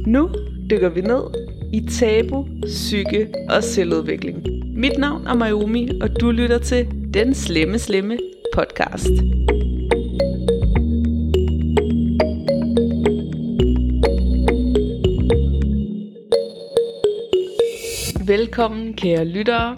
Nu dykker vi ned i tabu, psyke og selvudvikling. Mit navn er Mayumi, og du lytter til Den Slemme podcast. Velkommen, kære lyttere.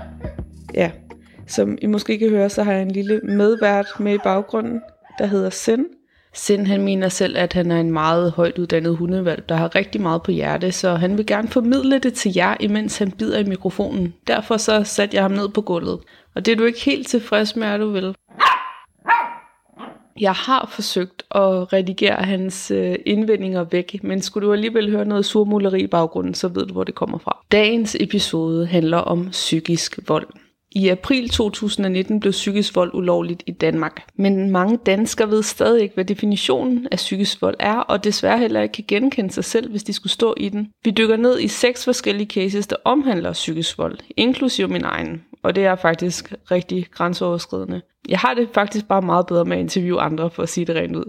Som I måske kan høre, så har jeg en lille medvært med i baggrunden, der hedder Sen. Sen, han mener selv, at han er en meget højt uddannet hundehvalp, der har rigtig meget på hjerte, så han vil gerne formidle det til jer, imens han bider i mikrofonen. Derfor så satte jeg ham ned på gulvet. Og det er du ikke helt tilfreds med, er du vel? Jeg har forsøgt at redigere hans indvendinger væk, men skulle du alligevel høre noget surmuleri i baggrunden, så ved du, hvor det kommer fra. Dagens episode handler om psykisk vold. I april 2019 blev psykisk vold ulovligt i Danmark, men mange danskere ved stadig ikke, hvad definitionen af psykisk vold er, og desværre heller ikke kan genkende sig selv, hvis de skulle stå i den. Vi dykker ned i 6 forskellige cases, der omhandler psykisk vold, inklusive min egen, og det er faktisk rigtig grænseoverskridende. Jeg har det faktisk bare meget bedre med at interviewe andre, for at sige det rent ud.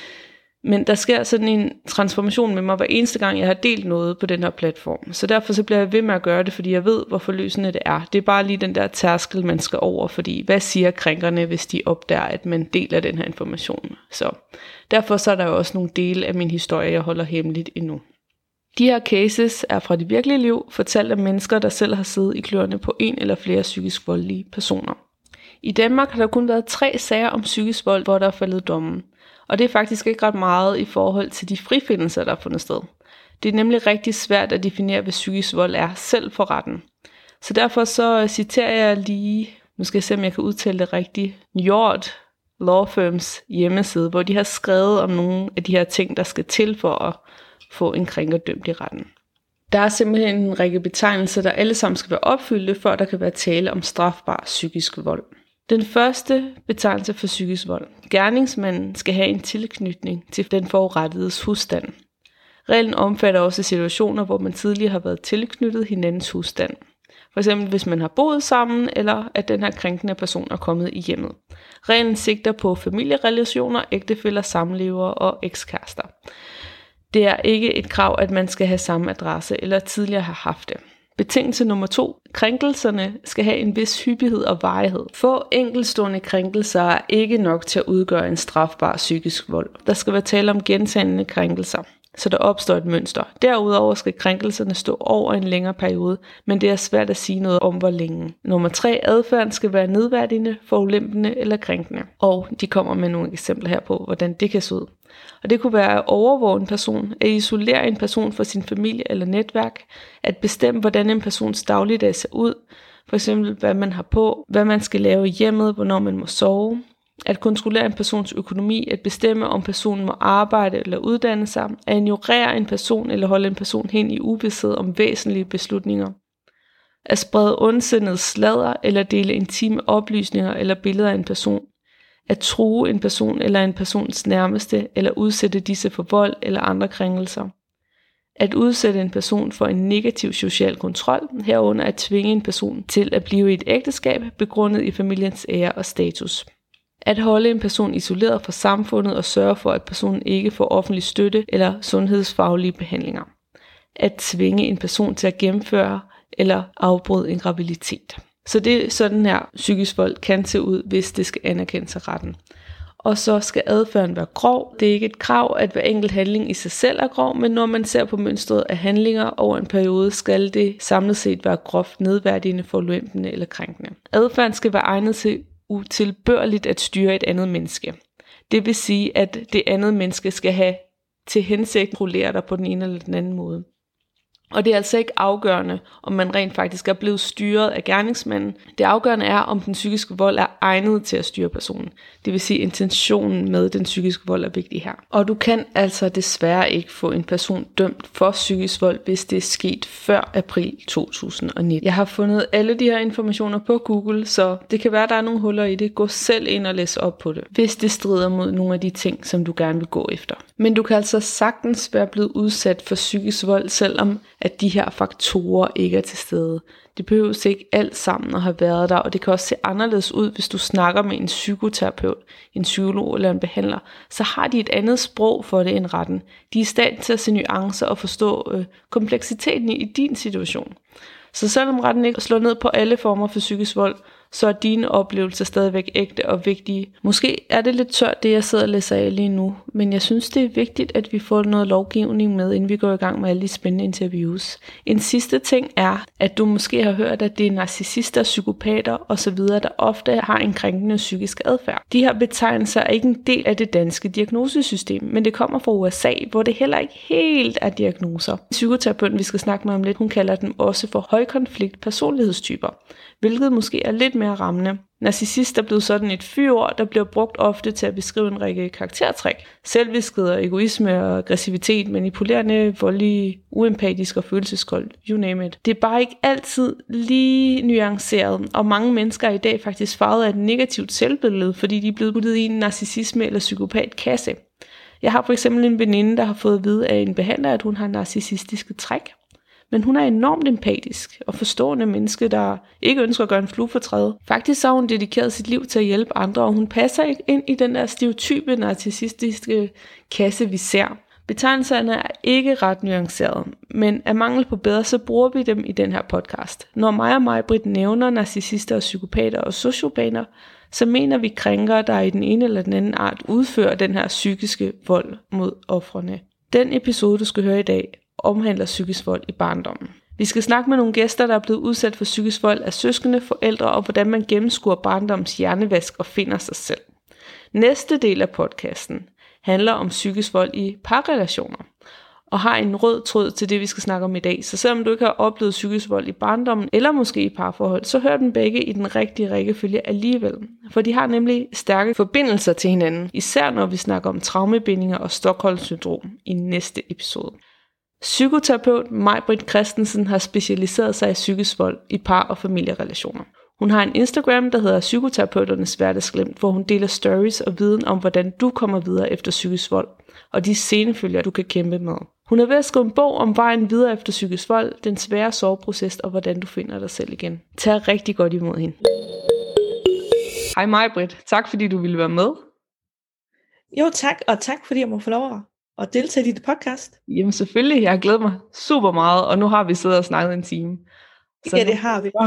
Men der sker sådan en transformation med mig hver eneste gang, jeg har delt noget på den her platform. Så derfor så bliver jeg ved med at gøre det, fordi jeg ved, hvor forløsende det er. Det er bare lige den der tærskel, man skal over, fordi hvad siger krænkerne, hvis de opdager, at man deler den her information? Så derfor så er der jo også nogle dele af min historie, jeg holder hemmeligt endnu. De her cases er fra det virkelige liv, fortalt af mennesker, der selv har siddet i kløerne på en eller flere psykisk voldelige personer. I Danmark har der kun været 3 sager om psykisk vold, hvor der er faldet dommen. Og det er faktisk ikke ret meget i forhold til de frifindelser, der er fundet sted. Det er nemlig rigtig svært at definere, hvad psykisk vold er, selv for retten. Så derfor så citerer jeg lige, nu skal jeg se, om jeg kan udtale det rigtigt, Njord Law Firms hjemmeside, hvor de har skrevet om nogle af de her ting, der skal til for at få en krænker dømt i retten. Der er simpelthen en række betegnelser, der alle sammen skal være opfyldte, for at der kan være tale om strafbar psykisk vold. Den første betegnelse for psykisk vold. Gerningsmanden skal have en tilknytning til den forurettedes husstand. Reglen omfatter også situationer, hvor man tidligere har været tilknyttet hinandens husstand. For eksempel hvis man har boet sammen, eller at den her krænkende person er kommet i hjemmet. Reglen sigter på familierelationer, ægtefæller, samlevere og ekskærester. Det er ikke et krav, at man skal have samme adresse, eller tidligere have haft det. Betingelse nummer 2. Krænkelserne skal have en vis hyppighed og varighed. Få enkeltstående krænkelser er ikke nok til at udgøre en strafbar psykisk vold. Der skal være tale om gentagne krænkelser, så der opstår et mønster. Derudover skal krænkelserne stå over en længere periode, men det er svært at sige noget om, hvor længe. Nummer 3. Adfærden skal være nedværdigende, forulempende eller krænkende. Og de kommer med nogle eksempler her på, hvordan det kan se ud. Og det kunne være at overvåge en person, at isolere en person fra sin familie eller netværk, at bestemme, hvordan en persons dagligdag ser ud, for eksempel hvad man har på, hvad man skal lave i hjemmet, hvornår man må sove, at kontrollere en persons økonomi, at bestemme, om personen må arbejde eller uddanne sig, at ignorere en person eller holde en person hen i uvished om væsentlige beslutninger, at sprede ondsindet sladder eller dele intime oplysninger eller billeder af en person, at true en person eller en persons nærmeste, eller udsætte disse for vold eller andre krænkelser. At udsætte en person for en negativ social kontrol, herunder at tvinge en person til at blive i et ægteskab, begrundet i familiens ære og status. At holde en person isoleret fra samfundet og sørge for, at personen ikke får offentlig støtte eller sundhedsfaglige behandlinger. At tvinge en person til at gennemføre eller afbryde en graviditet. Så det er sådan her psykisk vold kan se ud, hvis det skal anerkendes af retten. Og så skal adfærden være grov. Det er ikke et krav, at hver enkelt handling i sig selv er grov, men når man ser på mønstret af handlinger over en periode, skal det samlet set være groft nedværdigende, forulempende eller krænkende. Adfærden skal være egnet til utilbørligt at styre et andet menneske. Det vil sige, at det andet menneske skal have til hensigt at kontrollere dig på den ene eller den anden måde. Og det er altså ikke afgørende, om man rent faktisk er blevet styret af gerningsmanden. Det afgørende er, om den psykiske vold er egnet til at styre personen. Det vil sige, at intentionen med den psykiske vold er vigtig her. Og du kan altså desværre ikke få en person dømt for psykisk vold, hvis det er sket før april 2019. Jeg har fundet alle de her informationer på Google, så det kan være, at der er nogle huller i det. Gå selv ind og læs op på det, hvis det strider mod nogle af de ting, som du gerne vil gå efter. Men du kan altså sagtens være blevet udsat for psykisk vold, selvom at de her faktorer ikke er til stede. Det behøver ikke alt sammen at have været der, og det kan også se anderledes ud, hvis du snakker med en psykoterapeut, en psykolog eller en behandler. Så har de et andet sprog for det end retten. De er i stand til at se nuancer og forstå kompleksiteten i din situation. Så selvom retten ikke slår ned på alle former for psykisk vold, så er dine oplevelser stadigvæk ægte og vigtige. Måske er det lidt tørt, det jeg sidder og læser af lige nu, men jeg synes, det er vigtigt, at vi får noget lovgivning med, inden vi går i gang med alle de spændende interviews. En sidste ting er, at du måske har hørt, at det er narcissister, psykopater osv., der ofte har en krænkende psykisk adfærd. De her betegnelser er ikke en del af det danske diagnosesystem, men det kommer fra USA, hvor det heller ikke helt er diagnoser. Psykoterapeuten, vi skal snakke med om lidt, hun kalder dem også for højkonflikt personlighedstyper, hvilket måske er lidt mere rammende. Narcissist er blevet sådan et fyord, der bliver brugt ofte til at beskrive en række karaktertræk. Selvviskhed og egoisme og aggressivitet, manipulerende, voldelig, uempatisk og følelseskold, you name it. Det er bare ikke altid lige nuanceret, og mange mennesker er i dag faktisk farvet af et negativt selvbillede, fordi de er blevet puttet i en narcissisme eller psykopatkasse. Jeg har for eksempel en veninde, der har fået at vide af en behandler, at hun har narcissistiske træk. Men hun er enormt empatisk og forstående menneske, der ikke ønsker at gøre en flue for træde. Faktisk har hun dedikeret sit liv til at hjælpe andre, og hun passer ikke ind i den der stereotype narcissistiske kasse, vi ser. Betegnelserne er ikke ret nuancerede, men af mangel på bedre, så bruger vi dem i den her podcast. Når mig og Maj-Britt nævner narcissister og psykopater og sociopater, så mener vi krænkere, der i den ene eller den anden art udfører den her psykiske vold mod ofrene. Den episode, du skal høre i dag, omhandler psykisk vold i barndommen. Vi skal snakke med nogle gæster, der er blevet udsat for psykisk vold af søskende, forældre, og hvordan man gennemskuer barndommens hjernevask og finder sig selv. Næste del af podcasten handler om psykisk vold i parrelationer, og har en rød tråd til det, vi skal snakke om i dag. Så selvom du ikke har oplevet psykisk vold i barndommen, eller måske i parforhold, så hør dem begge i den rigtige rækkefølge alligevel. For de har nemlig stærke forbindelser til hinanden, især når vi snakker om traumebindinger og Stockholm-syndrom i næste episode. Psykoterapeut Maj-Britt Christensen har specialiseret sig i psykisk vold i par- og familierelationer. Hun har en Instagram, der hedder Psykoterapeuternes Hverdagsglimt, hvor hun deler stories og viden om, hvordan du kommer videre efter psykisk vold, og de scenefølger, du kan kæmpe med. Hun er ved at skrive en bog om vejen videre efter psykisk vold, den svære soveproces og hvordan du finder dig selv igen. Tag rigtig godt imod hende. Hej Maj-Britt, tak fordi du ville være med. Jo tak, og tak fordi jeg må få lov at deltage i dit podcast. Jamen selvfølgelig, jeg har glædet mig super meget, og nu har vi siddet og snakket en time. Så ja, det har vi.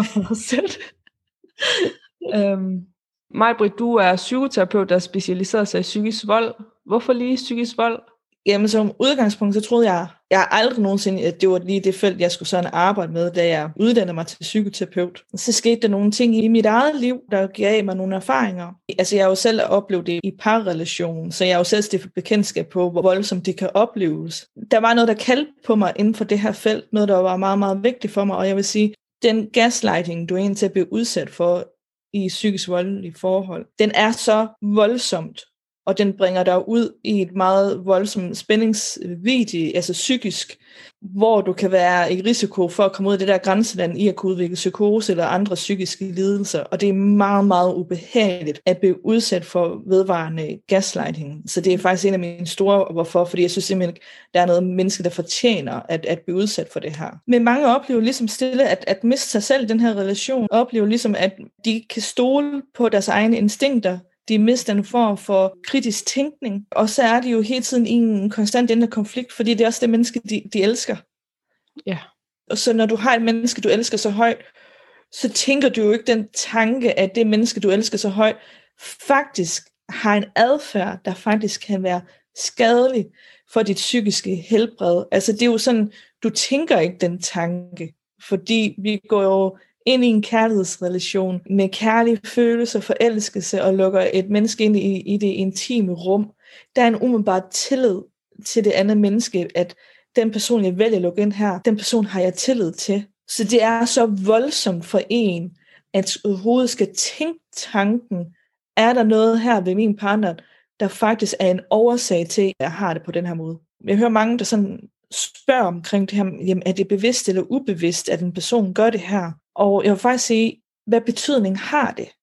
Maj-Britt, du er psykoterapeut, der specialiserer sig i psykisk vold. Hvorfor lige psykisk vold? Jamen som udgangspunkt, så troede jeg aldrig nogensinde, at det var lige det felt, jeg skulle sådan arbejde med, da jeg uddannede mig til psykoterapeut. Så skete der nogle ting i mit eget liv, der gav mig nogle erfaringer. Altså jeg har jo selv oplevet det i parrelation, så jeg har jo selv stiftet bekendtskab på, hvor voldsomt det kan opleves. Der var noget, der kaldte på mig inden for det her felt, noget, der var meget, meget vigtigt for mig, og jeg vil sige, den gaslighting, du egentlig bliver udsat for i psykisk voldelige forhold, den er så voldsomt, og den bringer dig ud i et meget voldsomt spændingsvidie, altså psykisk, hvor du kan være i risiko for at komme ud af det der grænseland i at kunne udvikle psykose eller andre psykiske lidelser, og det er meget, meget ubehageligt at blive udsat for vedvarende gaslighting. Så det er faktisk en af mine store hvorfor, fordi jeg synes simpelthen, der er noget menneske, der fortjener at blive udsat for det her. Men mange oplever ligesom stille at miste sig selv i den her relation, oplever ligesom, at de kan stole på deres egne instinkter, de mister en form for kritisk tænkning, og så er de jo hele tiden i en konstant indre konflikt, fordi det er også det menneske, de elsker. Ja. Og så når du har et menneske, du elsker så højt, så tænker du jo ikke den tanke, at det menneske, du elsker så højt, faktisk har en adfærd, der faktisk kan være skadelig for dit psykiske helbred. Altså det er jo sådan, du tænker ikke den tanke, fordi vi går jo ind i en kærlighedsrelation med kærlige følelser, forelskelse og lukker et menneske ind i det intime rum. Der er en umiddelbar tillid til det andet menneske, at den person, jeg vælger at lukke ind her, den person har jeg tillid til. Så det er så voldsomt for en, at overhovedet skal tænke tanken, er der noget her ved min partner, der faktisk er en årsag til, at jeg har det på den her måde. Jeg hører mange, der sådan spørger omkring det her, jamen, er det bevidst eller ubevidst, at en person gør det her? Og jeg vil faktisk sige, hvad betydning har det?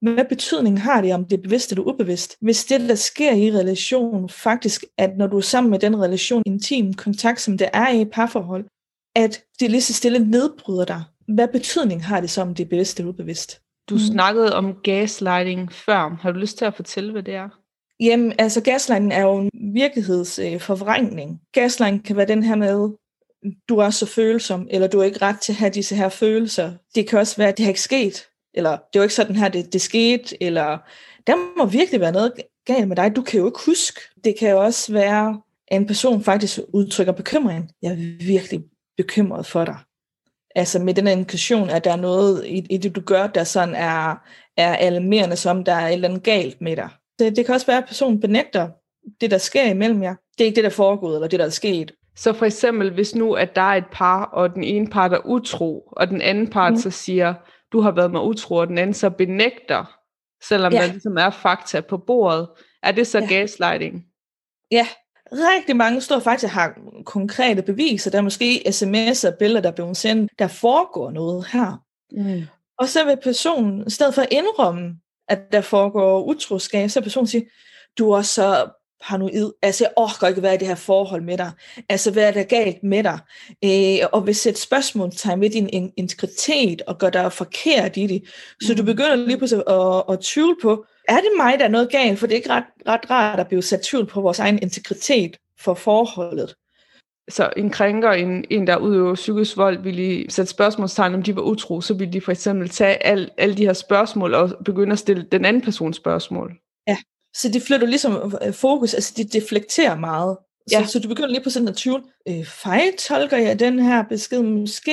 Hvad betydning har det, om det er bevidst eller ubevidst? Hvis det, der sker i relation, faktisk, at når du er sammen med den relation, intim kontakt, som det er i et parforhold, at det lige så stille nedbryder dig. Hvad betydning har det så, om det er bevidst eller ubevidst? Du snakkede om gaslighting før. Har du lyst til at fortælle, hvad det er? Jamen, altså gaslighting er jo en virkelighedsforvrængning. Gaslighting kan være den her med, du er så følsom, eller du er ikke ret til at have disse her følelser. Det kan også være, at det har ikke sket, eller det er jo ikke sådan her, det skete, eller der må virkelig være noget galt med dig. Du kan jo ikke huske. Det kan jo også være, at en person faktisk udtrykker bekymring. Jeg er virkelig bekymret for dig. Altså med den indikation, at der er noget i det, du gør, der sådan er alarmerende, som der er et eller andet galt med dig. Det kan også være, at personen benægter det, der sker imellem jer. Det er ikke det, der er foregået, eller det, der er sket. Så for eksempel, hvis nu, at der er et par, og den ene part er utro, og den anden part så siger, du har været mig utro, og den anden så benægter, selvom der ligesom er fakta på bordet, er det så gaslighting? Ja, rigtig mange står faktisk har konkrete beviser. Der er måske sms'er og billeder, der er blevet sendt. Der foregår noget her. Og så vil personen, i stedet for at indrømme, at der foregår utroskab, så vil personen sige, du er så paranoid. Altså, jeg orker ikke være i det her forhold med dig. Altså, hvad er der galt med dig? Og vil sætte spørgsmålstegn ved din integritet og gøre dig forkert i det. Så du begynder lige pludselig at tvivle på, er det mig, der er noget galt? For det er ikke ret rart at blive sat tvivl på vores egen integritet for forholdet. Så en krænker, en der udøver psykisk vold, ville sætte spørgsmålstegn, om de var utro, så ville de for eksempel tage alle de her spørgsmål og begynde at stille den anden person spørgsmål. Ja, så de flytter ligesom fokus, altså de deflekterer meget. Så du begynder lige på sådan at tvivle, fejltolker jeg den her besked,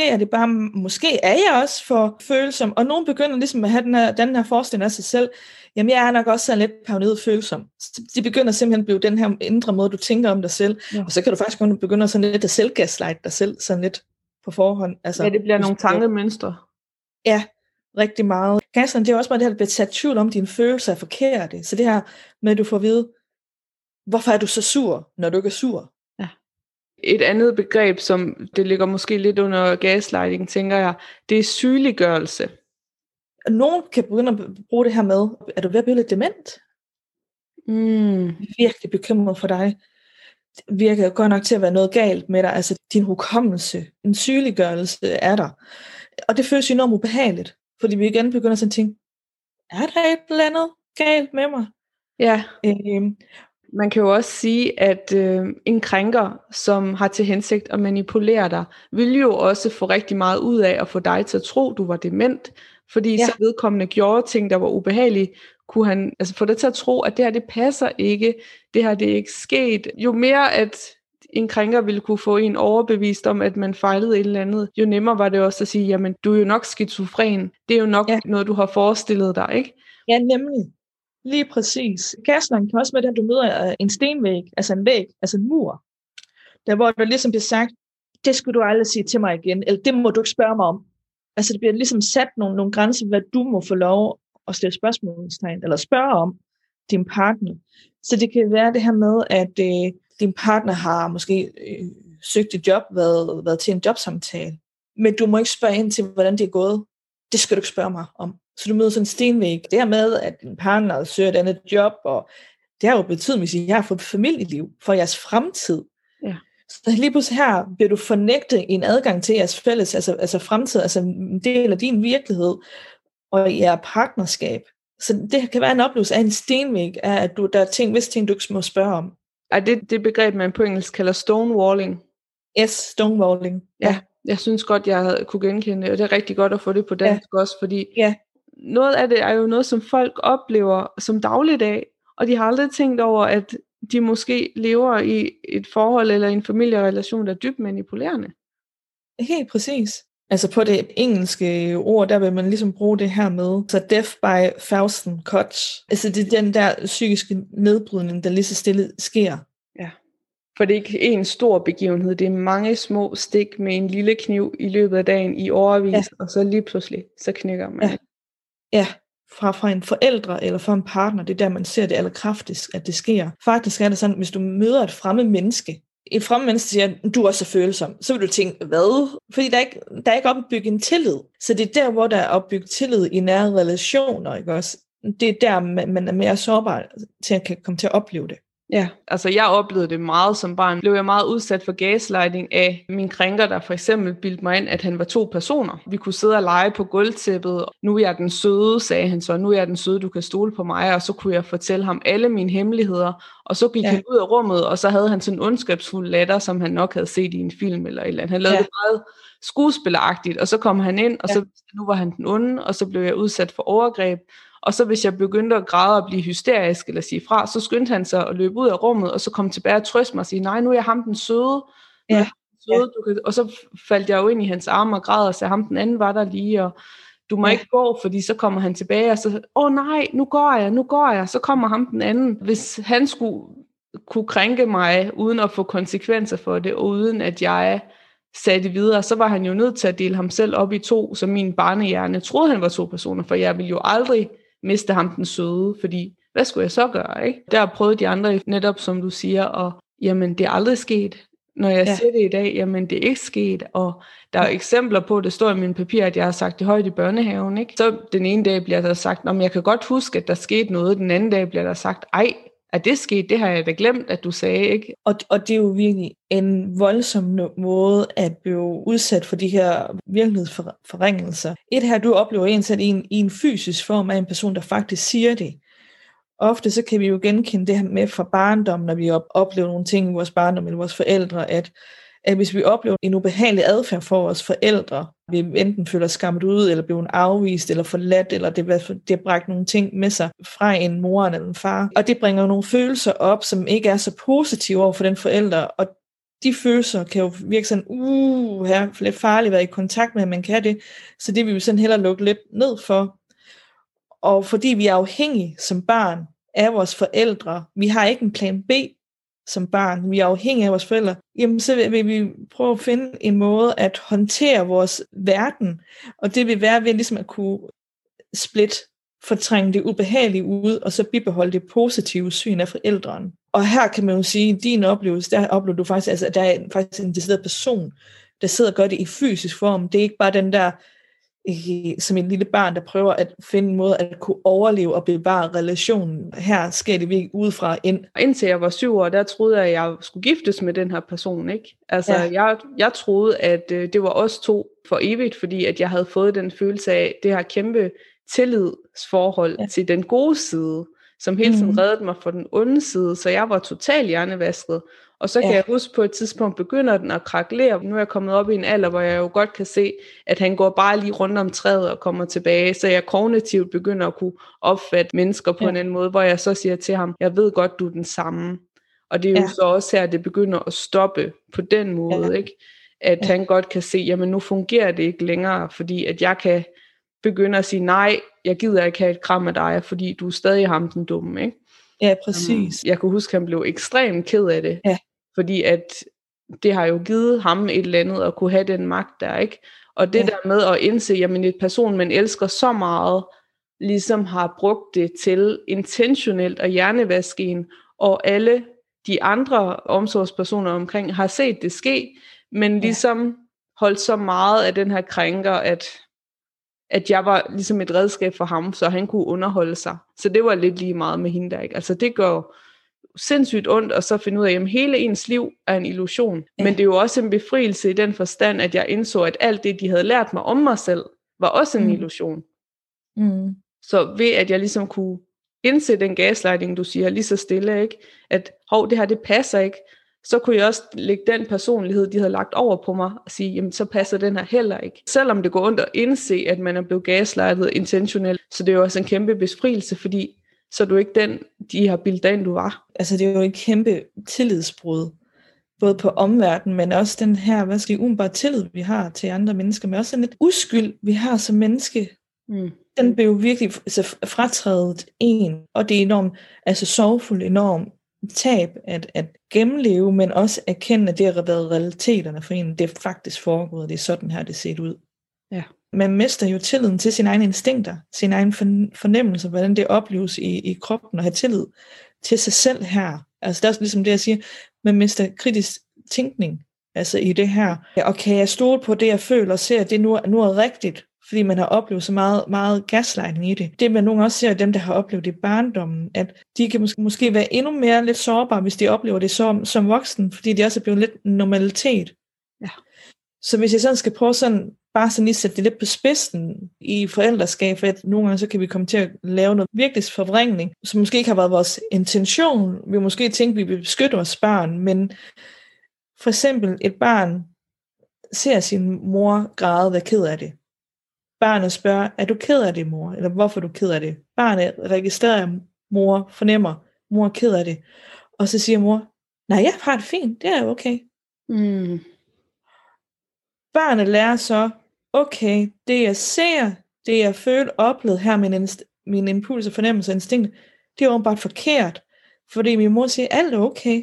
måske er jeg også for følsom, og nogen begynder ligesom at have den her forestilling af sig selv, jamen jeg er nok også sådan lidt paranoid følsom. De begynder simpelthen at blive den her indre måde, du tænker om dig selv, og så kan du faktisk begynde sådan lidt at selvgaslight dig selv, sådan lidt på forhånd. Altså, det bliver nogle tankemønstre. Ja, rigtig meget. Gaslighting, det er også bare det her, der bliver sat tvivl om, dine følelser er forkerte. Så det her med, at du får at vide, hvorfor er du så sur, når du ikke er sur? Ja. Et andet begreb, som det ligger måske lidt under gaslighting, tænker jeg, det er sygeliggørelse. Nogen kan begynde at bruge det her med, er du ved at blive lidt dement? Virkelig bekymret for dig. Det virker godt nok til at være noget galt med dig. Altså din hukommelse, en sygeliggørelse er der. Og det føles enormt ubehageligt, fordi vi igen begynder sådan at tænke, er der et eller andet galt med mig? Ja. Man kan jo også sige, at en krænker, som har til hensigt at manipulere dig, vil jo også få rigtig meget ud af at få dig til at tro, du var dement. Fordi så vedkommende gjorde ting, der var ubehagelige, kunne han altså få dig til at tro, at det her, det passer ikke, det her, det er ikke sket. Jo mere, at en krænker ville kunne få en overbevist om, at man fejlede et eller andet, jo nemmere var det også at sige, jamen, du er jo nok skizofren. Det er jo nok noget, du har forestillet dig, ikke? Ja, nemlig. Lige præcis. Gaslighting kan også være det, at du møder en stenvæg, altså en væg, altså en mur. Der hvor der ligesom bliver sagt, det skulle du aldrig sige til mig igen, eller det må du ikke spørge mig om. Altså det bliver ligesom sat nogle grænser, hvad du må få lov at stille spørgsmålstegn, eller spørge om din partner. Så det kan være det her med, at din partner har måske søgt et job, været til en jobsamtale, men du må ikke spørge ind til, hvordan det er gået. Det skal du ikke spørge mig om. Så du møder sådan en stenvæg. Det her med, at din partner søger et andet job, og det har jo betydet, hvis jeg har fået familieliv for jeres fremtid. Ja. Så lige pludselig her bliver du fornægtet en adgang til jeres fælles, altså fremtid, altså en del af din virkelighed og jeres partnerskab. Så det kan være en oplevelse af en stenvæg, af at der er visse ting, du ikke må spørge om. Er det begreb, man på engelsk kalder stonewalling? Yes, stonewalling. Ja, jeg synes godt, jeg kunne genkende det, og det er rigtig godt at få det på dansk også, fordi noget af det er jo noget, som folk oplever som dagligdag, og de har aldrig tænkt over, at de måske lever i et forhold eller en familierelation, der er dybt manipulerende. Helt præcis. Altså på det engelske ord, der vil man ligesom bruge det her med, så death by thousand cuts. Altså det er den der psykiske nedbrydning, der lige så stille sker. Ja. For det er ikke en stor begivenhed, det er mange små stik med en lille kniv i løbet af dagen i årevis, og så lige pludselig, så knækker man. Ja, fra en forældre eller fra en partner, det er der, man ser det allerkraftigst, at det sker. Faktisk er det sådan, hvis du møder et fremmed menneske siger, du er så følsom, så vil du tænke, hvad? Fordi der er ikke opbygget en tillid. Så det er der, hvor der er opbygget tillid i nære relationer, ikke også? det er der, man er mere sårbar til at kan komme til at opleve det. Ja, altså jeg oplevede det meget som barn. Blev jeg meget udsat for gaslighting af min krænker, der for eksempel bildte mig ind, at han var 2 personer. Vi kunne sidde og lege på gulvtæppet. Nu er jeg den søde, sagde han så. Nu er jeg den søde, du kan stole på mig. Og så kunne jeg fortælle ham alle mine hemmeligheder. Og så gik han ud af rummet, og så havde han sådan en ondskabsfuld latter, som han nok havde set i en film eller et eller andet. Han lavede det meget skuespilleragtigt, og så kom han ind, og så nu var han den onde, og så blev jeg udsat for overgreb. Og så hvis jeg begyndte at græde og blive hysterisk eller sige fra, så skyndte han sig at løbe ud af rummet, og så kom tilbage og trøste mig og sige, nej, nu er jeg ham den søde. Og så faldt jeg jo ind i hans arme og græd og sagde, ham den anden var der lige, og du må ikke gå, fordi så kommer han tilbage og så, nej, nu går jeg, så kommer ham den anden. Hvis han skulle kunne krænke mig, uden at få konsekvenser for det, og uden at jeg sagde det videre, så var han jo nødt til at dele ham selv op i 2, så min barnehjerne troede, han var 2 personer, for jeg ville jo aldrig miste ham den søde, fordi hvad skulle jeg så gøre, ikke? Der prøvede de andre netop, som du siger, og jamen, det er aldrig sket. Når jeg siger det i dag, jamen, det er ikke sket, og der er eksempler på, det står i mine papirer, at jeg har sagt det højt i børnehaven, ikke? Så den ene dag bliver der sagt, jeg kan godt huske, at der skete noget, den anden dag bliver der sagt, ej, er det sket? Det har jeg da glemt, at du sagde, ikke? Og det er jo virkelig en voldsom måde at blive udsat for de her virkelighedsforringelser. Et her, du oplever ensat i en fysisk form af en person, der faktisk siger det. Ofte så kan vi jo genkende det her med fra barndom, når vi oplever nogle ting i vores barndom eller vores forældre, at hvis vi oplever en ubehagelig adfærd for vores forældre, vi enten føler skammet ud, eller bliver afvist, eller forladt, eller det har bragt nogle ting med sig fra en mor eller en far. Og det bringer nogle følelser op, som ikke er så positive over for den forælder, og de følelser kan jo virke sådan, her er lidt farligt at være i kontakt med, at man kan det, så det vil vi sådan hellere lukke lidt ned for. Og fordi vi er afhængige som barn af vores forældre, vi har ikke en plan B som barn, vi er afhængige af vores forældre, jamen så vil vi prøve at finde en måde at håndtere vores verden, og det vil være ved ligesom at kunne fortrænge det ubehagelige ud, og så bibeholde det positive syn af forældrene. Og her kan man jo sige, at din oplevelse, der oplever du faktisk, altså, at der er faktisk en decideret person, der sidder og gør det i fysisk form. Det er ikke bare den der, som en lille barn, der prøver at finde en måde at kunne overleve og bevare relationen. Her sker det virkelig udefra ind. Indtil jeg var 7 år, der troede jeg, at jeg skulle giftes med den her person, ikke? Altså, jeg troede, at det var os 2 for evigt, fordi at jeg havde fået den følelse af det her kæmpe tillidsforhold til den gode side, som hele tiden reddede mig fra den onde side, så jeg var totalt hjernevasket. Og så kan jeg huske, på et tidspunkt begynder den at krakelere. Nu er jeg kommet op i en alder, hvor jeg jo godt kan se, at han går bare lige rundt om træet og kommer tilbage, så jeg kognitivt begynder at kunne opfatte mennesker på en anden måde, hvor jeg så siger til ham, jeg ved godt, du er den samme. Og det er jo så også her, det begynder at stoppe på den måde, ikke? At han godt kan se, jamen nu fungerer det ikke længere, fordi at jeg kan begynde at sige, nej, jeg gider ikke have et kram af dig, fordi du er stadig ham den dumme, ikke? Ja, præcis. Jeg kunne huske, at han blev ekstremt ked af det, fordi at det har jo givet ham et eller andet at kunne have den magt der, ikke? Og det der med at indse, jamen et person, man elsker så meget, ligesom har brugt det til intentionelt at hjernevaske en, og alle de andre omsorgspersoner omkring har set det ske, men ligesom holdt så meget af den her krænker, at jeg var ligesom et redskab for ham, så han kunne underholde sig. Så det var lidt lige meget med hende der, ikke? Altså det gør sindssygt ondt, og så finde ud af, at hele ens liv er en illusion. Men det er jo også en befrielse i den forstand, at jeg indså, at alt det, de havde lært mig om mig selv, var også en illusion. Så ved at jeg ligesom kunne indse den gaslighting, du siger, lige så stille, ikke? At det her, det passer ikke. Så kunne jeg også lægge den personlighed, de havde lagt over på mig, og sige, jamen så passer den her heller ikke. Selvom det går ondt at indse, at man er blevet gaslightet intentionelt, så det er jo også en kæmpe befrielse, fordi så er du ikke den, de har bildet dig ind, du var. Altså det er jo en kæmpe tillidsbrud, både på omverdenen, men også den her, umiddelbare tillid, vi har til andre mennesker, men også sådan lidt uskyld, vi har som menneske. Den bliver jo virkelig fratrædet en, og det er enormt, sorgfuldt, enormt tab at gennemleve, men også erkende, at det har været realiteterne for en. Det er faktisk foregået, det er sådan her, det ser ud. Ja. Man mister jo tilliden til sine egne instinkter, sine egne fornemmelser, hvordan det opleves i kroppen, og have tillid til sig selv her. Altså det er også ligesom det, jeg siger, man mister kritisk tænkning, altså i det her. Og kan jeg stole på det, jeg føler og ser, at det nu er rigtigt fordi man har oplevet så meget gaslighting i det. Det man nogle også ser, dem der har oplevet det i barndommen, at de kan måske være endnu mere lidt sårbare, hvis de oplever det som voksen, fordi det også er blevet lidt normalitet. Ja. Så hvis jeg sådan skal prøve bare lige sætte det lidt på spidsen i forældreskab, for at nogle gange så kan vi komme til at lave noget virkelig forvrængning, som måske ikke har været vores intention. Vi måske tænke, at vi vil beskytte vores børn, men for eksempel et barn ser sin mor græde, være ked af det. Barnet spørger, er du ked af det, mor? Eller hvorfor er du ked af det? Barnet registrerer, mor fornemmer, mor er ked af det. Og så siger mor, nej, jeg har det fint, det er okay. Mm. Barnet lærer så, okay, det jeg ser, det jeg føler, oplevet her, min impuls og fornemmelse og instinkt, det er åbenbart forkert, fordi min mor siger, alt er okay.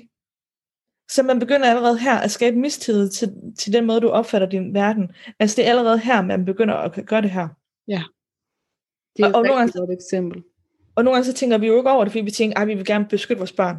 Så man begynder allerede her at skabe mistillid til den måde, du opfatter din verden. Altså det er allerede her, man begynder at gøre det her. Ja, det er et rigtig godt eksempel. Og nogle gange så tænker vi jo ikke over det, fordi vi tænker, vi vil gerne beskytte vores børn.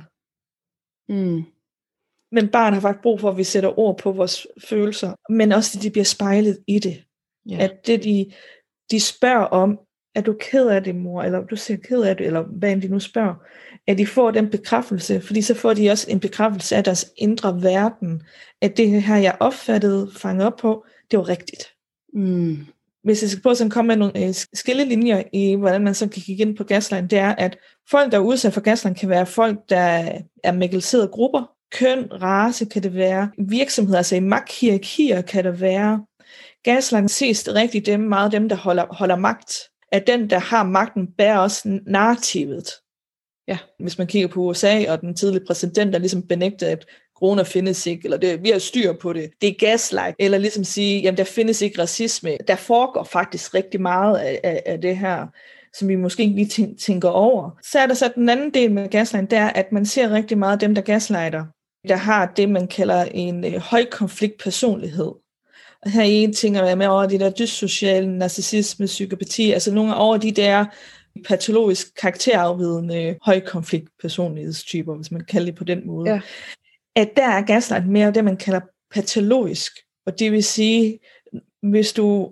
Mm. Men barn har faktisk brug for, at vi sætter ord på vores følelser, men også, at de bliver spejlet i det. Ja. At det, de spørger om, er du ked af det, mor, eller du ser ked af det, eller hvad end de nu spørger, at de får den bekræftelse, fordi så får de også en bekræftelse af deres indre verden, at det her, jeg opfattede, fanget op på, det var rigtigt. Mm. Hvis jeg skal prøve at komme med nogle skillelinjer i, hvordan man så kan kigge ind på gaslighting, det er, at folk, der er udsat for gaslighting, kan være folk, der er marginaliserede grupper, køn, race kan det være, virksomheder, altså i magthierarkier kan det være. Gaslighting ses rigtig meget dem, der holder magt. At den, der har magten, bærer også narrativet. Ja. Hvis man kigger på USA, og den tidlige præsident, der ligesom benægter, at corona findes ikke, eller vi har styr på det. Det er gaslight. Eller ligesom sige, jamen der findes ikke racisme. Der foregår faktisk rigtig meget af det her, som vi måske ikke lige tænker over. Så er der så den anden del med gaslighting, der er, at man ser rigtig meget af dem, der gaslighter, der har det, man kalder en højkonflikt personlighed. Og her en ting er med over de der dyssociale, narcissisme, psykopati, altså nogle over de der patologisk karakterafvidende højkonflikt personlighedstyper, hvis man kalder det på den måde. Ja. At der er gaslighting mere det, man kalder patologisk. Og det vil sige, hvis du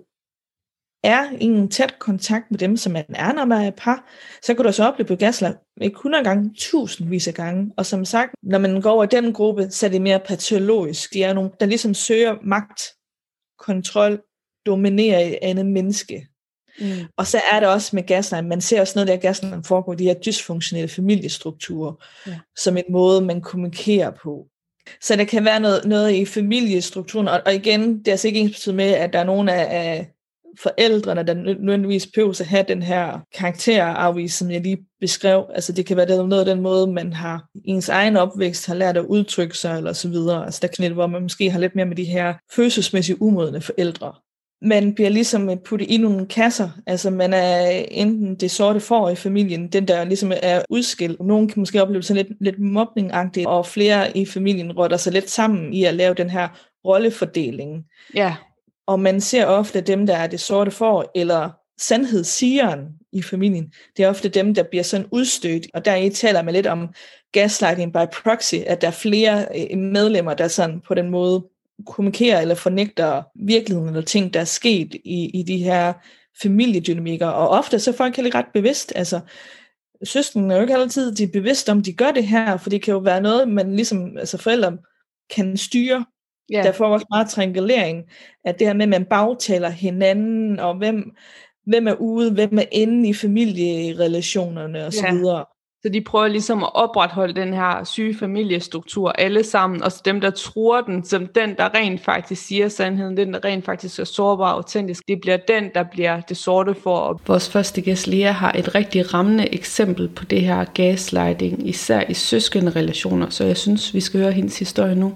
er i en tæt kontakt med dem, som man er, når man er par, så kan du så opleve gaslight ikke 100 gange, tusindvis af gange. Og som sagt, når man går over i den gruppe, så er det mere patologisk. De er nogle, der ligesom søger magt, kontrol, dominerer et andet menneske. Mm. Og så er det også med gaslighting, man ser også noget der gaslighting foregår i de her dysfunktionelle familiestrukturer, som en måde, man kommunikerer på. Så der kan være noget i familiestrukturen, og igen, det er altså ikke ensbetydende med, at der er nogen af forældrene, der nødvendigvis behøver at have den her karakterafvis, som jeg lige beskrev. Altså det kan være noget af den måde, man har i ens egen opvækst har lært at udtrykke sig, eller så videre. Altså der kan det, hvor man måske har lidt mere med de her følelsesmæssigt umodne forældre. Man bliver ligesom puttet i nogle kasser, altså man er enten det sorte får i familien, den der ligesom er udskilt. Nogen kan måske opleve sig lidt mobningagtigt, og flere i familien rotter sig lidt sammen i at lave den her rollefordeling. Ja. Og man ser ofte dem, der er det sorte får, eller sandhedssigeren i familien. Det er ofte dem, der bliver sådan udstødt, og der taler man lidt om gaslighting by proxy, at der er flere medlemmer, der sådan på den måde kommunikerer eller fornægter virkeligheden eller ting, der er sket i de her familiedynamikker. Og ofte så er folk heller ikke ret bevidst. Altså, søskende er jo ikke altid de er bevidste om, de gør det her, for det kan jo være noget, man ligesom, altså forældre kan styre. Yeah. Der får også meget triangulering, at det her med, at man bagtaler hinanden, og hvem er ude, hvem er inde i familierelationerne osv. Så de prøver ligesom at opretholde den her syge familiestruktur alle sammen, og så dem, der truer den, som den, der rent faktisk siger sandheden, den, der rent faktisk er sårbar og autentisk, det bliver den, der bliver det sorte for. Vores første gæst, Lea, har et rigtig rammende eksempel på det her gaslighting, især i søskenderelationer, så jeg synes, vi skal høre hendes historie nu.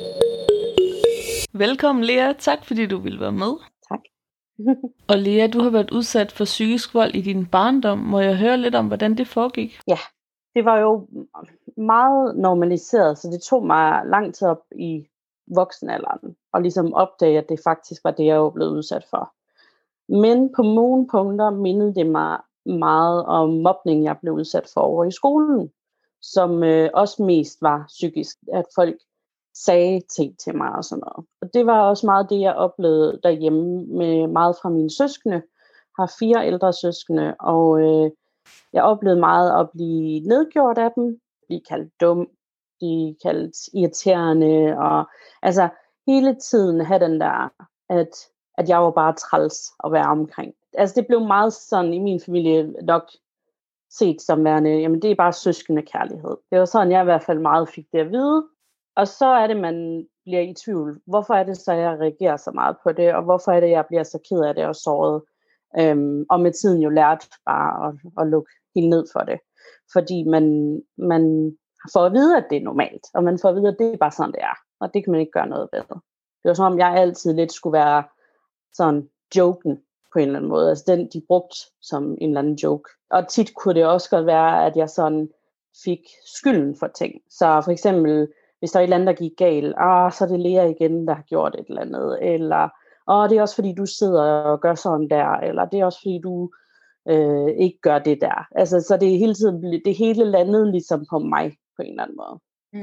Velkommen, Lea. Tak, fordi du ville være med. Tak. Og Lea, du har været udsat for psykisk vold i din barndom. Må jeg høre lidt om, hvordan det foregik? Ja, det var jo meget normaliseret, så det tog mig lang tid op i voksenalderen, og ligesom opdage, at det faktisk var det, jeg var blevet udsat for. Men på nogle punkter mindede det mig meget om mobning, jeg blev udsat for over i skolen, som også mest var psykisk, at folk sagde ting til mig og sådan noget. Og det var også meget det, jeg oplevede derhjemme med meget fra mine søskende, har 4 ældre søskende, og jeg oplevede meget at blive nedgjort af dem, blive kaldt dum, blive kaldt irriterende, og altså hele tiden have den der, at jeg var bare træls at være omkring. Altså det blev meget sådan i min familie nok set som værende, jamen det er bare søskende kærlighed. Det var sådan, jeg i hvert fald meget fik det at vide. Og så er det, man bliver i tvivl. Hvorfor er det så, jeg reagerer så meget på det, og hvorfor er det, jeg bliver så ked af det og såret? Og med tiden jo lært bare at lukke helt ned for det. Fordi man får at vide, at det er normalt, og man får at vide, at det er bare sådan, det er. Og det kan man ikke gøre noget ved. Det var som om, jeg altid lidt skulle være sådan joken på en eller anden måde. Altså den, de brugte som en eller anden joke. Og tit kunne det også godt være, at jeg sådan fik skylden for ting. Så for eksempel, hvis der er et eller andet, der gik galt, så er det Lea igen, der har gjort et eller andet. Eller, det er også fordi, du sidder og gør sådan der. Eller det er også fordi, du ikke gør det der. Altså, så det er hele tiden, det hele landet ligesom på mig, på en eller anden måde.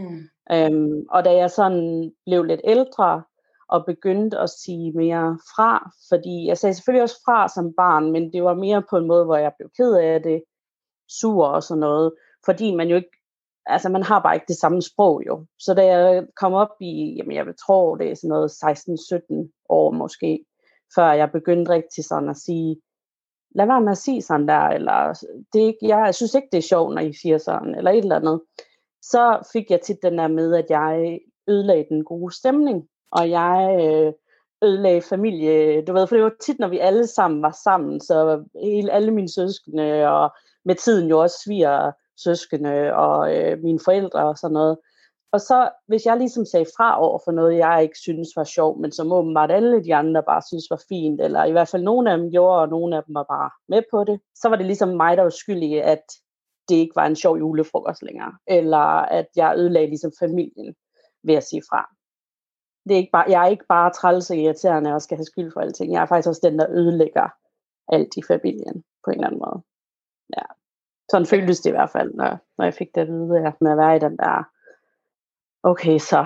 Og da jeg sådan blev lidt ældre, og begyndte at sige mere fra, fordi jeg sagde selvfølgelig også fra som barn, men det var mere på en måde, hvor jeg blev ked af det, sur og sådan noget, fordi man jo ikke, altså man har bare ikke det samme sprog jo. Så da jeg kom op i, jamen jeg vil tro, det er sådan noget 16-17 år måske, før jeg begyndte rigtig sådan at sige, lad være med at sige sådan der, eller det er ikke, jeg synes ikke, det er sjovt, når I siger sådan, eller et eller andet. Så fik jeg tit den der med, at jeg ødelagde den gode stemning, og jeg ødelagde familie, du ved, for det var tit, når vi alle sammen var sammen, så alle mine søskende, og med tiden jo også sviger søskende, og mine forældre og sådan noget. Og så, hvis jeg ligesom sagde fra over for noget, jeg ikke synes var sjovt, men som åbenbart alle de andre bare synes var fint, eller i hvert fald nogle af dem gjorde, og nogle af dem var bare med på det, så var det ligesom mig, der var skyldig, at det ikke var en sjov julefrokost længere, eller at jeg ødelagde ligesom familien ved at sige fra. Det er ikke bare, jeg er ikke bare træls og irriterende og skal have skyld for alting. Jeg er faktisk også den, der ødelægger alt i familien på en eller anden måde. Ja. Sådan føltes det i hvert fald, når jeg fik det at vide, med at være i den der, okay, så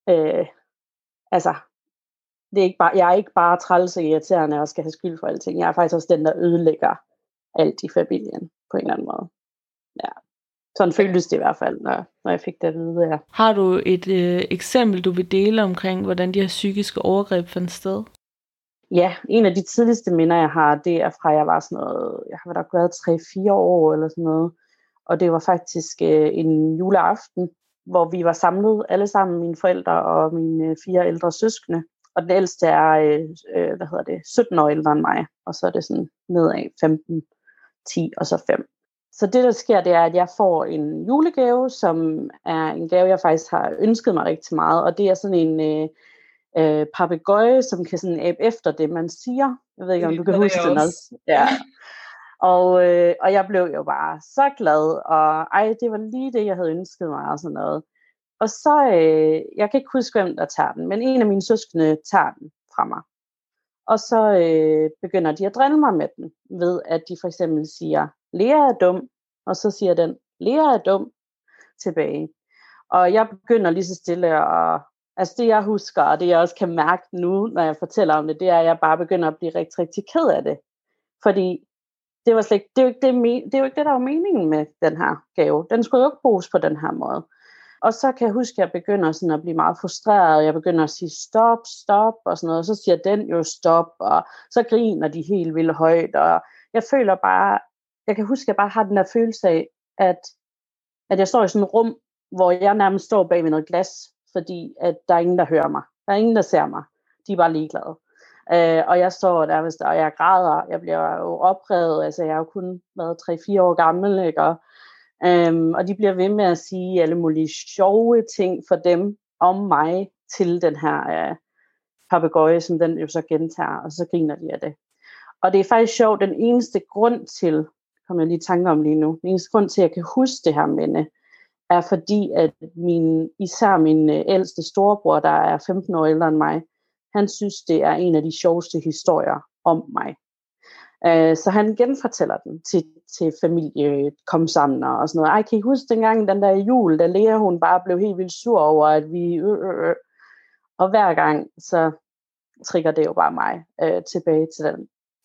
altså, det er ikke bare, jeg er ikke bare træls og irriterende og skal have skyld for alting. Jeg er faktisk også den, der ødelægger alt i familien på en eller anden måde. Ja. Sådan føltes det i hvert fald, når jeg fik det at vide, ja. Har du et eksempel, du vil dele omkring, hvordan de her psykiske overgreb fandt sted? Ja, en af de tidligste minder, jeg har, det er fra, jeg var sådan noget, jeg har nok været 3-4 år eller sådan noget. Og det var faktisk en juleaften, hvor vi var samlet alle sammen, mine forældre og mine 4 ældre søskende. Og den ældste er, 17 år ældre end mig. Og så er det sådan nedad 15, 10 og så 5. Så det, der sker, det er, at jeg får en julegave, som er en gave, jeg faktisk har ønsket mig rigtig meget. Og det er sådan en papegøje, som kan sådan abe efter det, man siger. Jeg ved ikke, om du kan huske det også. Ja. Og jeg blev jo bare så glad, og det var lige det, jeg havde ønsket mig og sådan noget. Og så, jeg kan ikke huske, hvem der tager den, men en af mine søskende tager den fra mig. Og så begynder de at drille mig med den, ved at de for eksempel siger, Lea er dum, og så siger den, Lea er dum, tilbage. Og jeg begynder lige så stille at, altså det jeg husker, og det jeg også kan mærke nu, når jeg fortæller om det, det er, at jeg bare begynder at blive rigtig, rigtig ked af det. Fordi det var slet ikke, det er jo ikke det, der var meningen med den her gave. Den skulle jo ikke bruges på den her måde. Og så kan jeg huske, at jeg begynder sådan at blive meget frustreret. Jeg begynder at sige stop, stop og sådan noget. Og så siger den jo stop, og så griner de helt vildt højt. Og jeg føler bare, jeg kan huske, at jeg bare har den der følelse af, at jeg står i sådan et rum, hvor jeg nærmest står bag ved noget glas, fordi at der er ingen, der hører mig. Der er ingen, der ser mig. De er bare ligeglade. Og jeg står der, og jeg græder. Jeg bliver jo oprevet. Altså, jeg har jo kun været 3-4 år gammel, ikke? Og de bliver ved med at sige alle mulige sjove ting for dem om mig til den her papegøje, som den jo så gentager, og så griner de af det. Og det er faktisk sjovt, den eneste grund til, kommer jeg lige i tanke om lige nu, den eneste grund til, at jeg kan huske det her minde, er fordi, at især min ældste storebror, der er 15 år ældre end mig, han synes, det er en af de sjoveste historier om mig. Så han genfortæller den til familie, kom sammen og sådan noget. Kan I huske dengang, den der jul, da Lea hun bare blev helt vildt sur over, at vi Og hver gang, så trigger det jo bare mig tilbage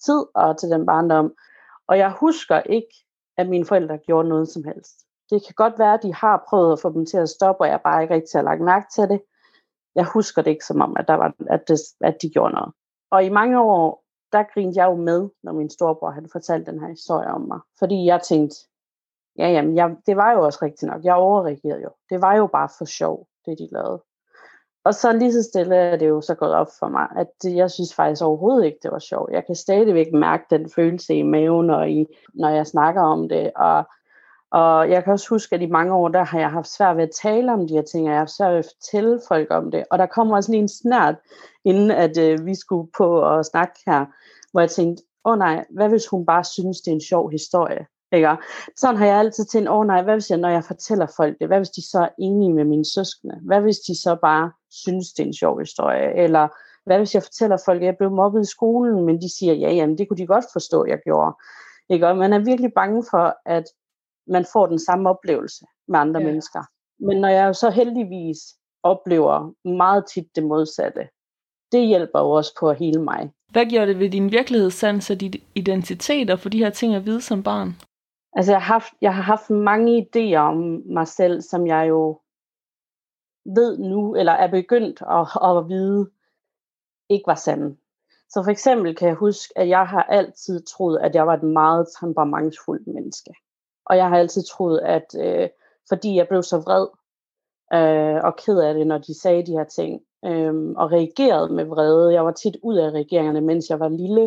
tid og til den barndom. Og jeg husker ikke, at mine forældre gjorde noget som helst. Det kan godt være, at de har prøvet at få dem til at stoppe, og jeg bare ikke rigtig har lagt mærke til det. Jeg husker det ikke som om, at de gjorde noget. Og i mange år, der grinede jeg jo med, når min storebror havde fortalt den her historie om mig. Fordi jeg tænkte, det var jo også rigtigt nok. Jeg overreagerede jo. Det var jo bare for sjov, det de lavede. Og så lige så stille er det jo så gået op for mig, at jeg synes faktisk overhovedet ikke, det var sjovt. Jeg kan stadigvæk mærke den følelse i maven, når jeg snakker om det. Og jeg kan også huske, at i mange år, der har jeg haft svært ved at tale om de her ting, og jeg har haft svært ved at fortælle folk om det. Og der kom også lige en snert, inden at vi skulle på at snakke her, hvor jeg tænkte, nej, hvad hvis hun bare synes, det er en sjov historie? Ikke? Sådan har jeg altid tænkt, nej, hvad hvis når jeg fortæller folk det, hvad hvis de så er enige med mine søskende? Hvad hvis de så bare synes, det er en sjov historie? Eller hvad hvis jeg fortæller folk, at jeg blev mobbet i skolen, men de siger, jamen det kunne de godt forstå, jeg gjorde. Ikke? Og man er virkelig bange for, at man får den samme oplevelse med andre mennesker. Men når jeg jo så heldigvis oplever meget tit det modsatte, det hjælper jo også på at hele mig. Hvad gjorde det ved din virkelighedssans og din identitet at få de her ting at vide som barn? Altså jeg har haft mange idéer om mig selv, som jeg jo ved nu, eller er begyndt at vide, ikke var sande. Så for eksempel kan jeg huske, at jeg har altid troet, at jeg var et meget temperamentsfuldt menneske. Og jeg har altid troet, at fordi jeg blev så vred og ked af det, når de sagde de her ting, og reagerede med vrede. Jeg var tit ud af reageringerne, mens jeg var lille.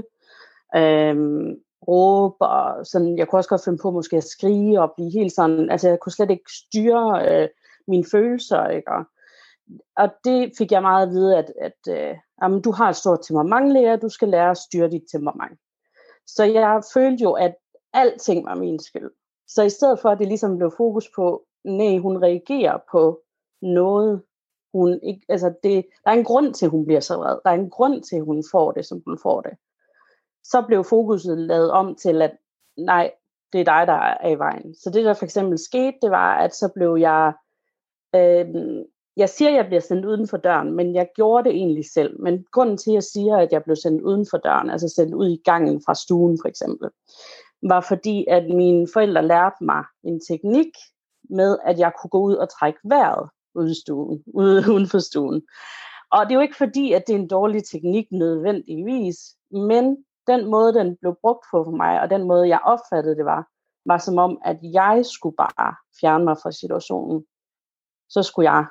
Råbe og sådan. Jeg kunne også godt finde på måske at skrige og blive helt sådan. Altså jeg kunne slet ikke styre mine følelser. Ikke? Og det fik jeg meget at vide, at du har et stort temperament, Lea. Du skal lære at styre dit temperament. Så jeg følte jo, at alting var min skyld. Så i stedet for, at det ligesom blev fokus på, nej, hun reagerer på noget, hun ikke, altså der er en grund til, at hun bliver så vred. Der er en grund til, at hun får det, som hun får det. Så blev fokuset lavet om til, at nej, det er dig, der er i vejen. Så det, der for eksempel skete, det var, at så blev jeg, jeg siger, at jeg bliver sendt uden for døren, men jeg gjorde det egentlig selv. Men grunden til, at jeg siger, at jeg blev sendt uden for døren, altså sendt ud i gangen fra stuen for eksempel, var fordi, at mine forældre lærte mig en teknik med, at jeg kunne gå ud og trække vejret uden for stuen. Og det er jo ikke fordi, at det er en dårlig teknik nødvendigvis, men den måde, den blev brugt på for mig, og den måde, jeg opfattede det var som om, at jeg skulle bare fjerne mig fra situationen. Så skulle jeg,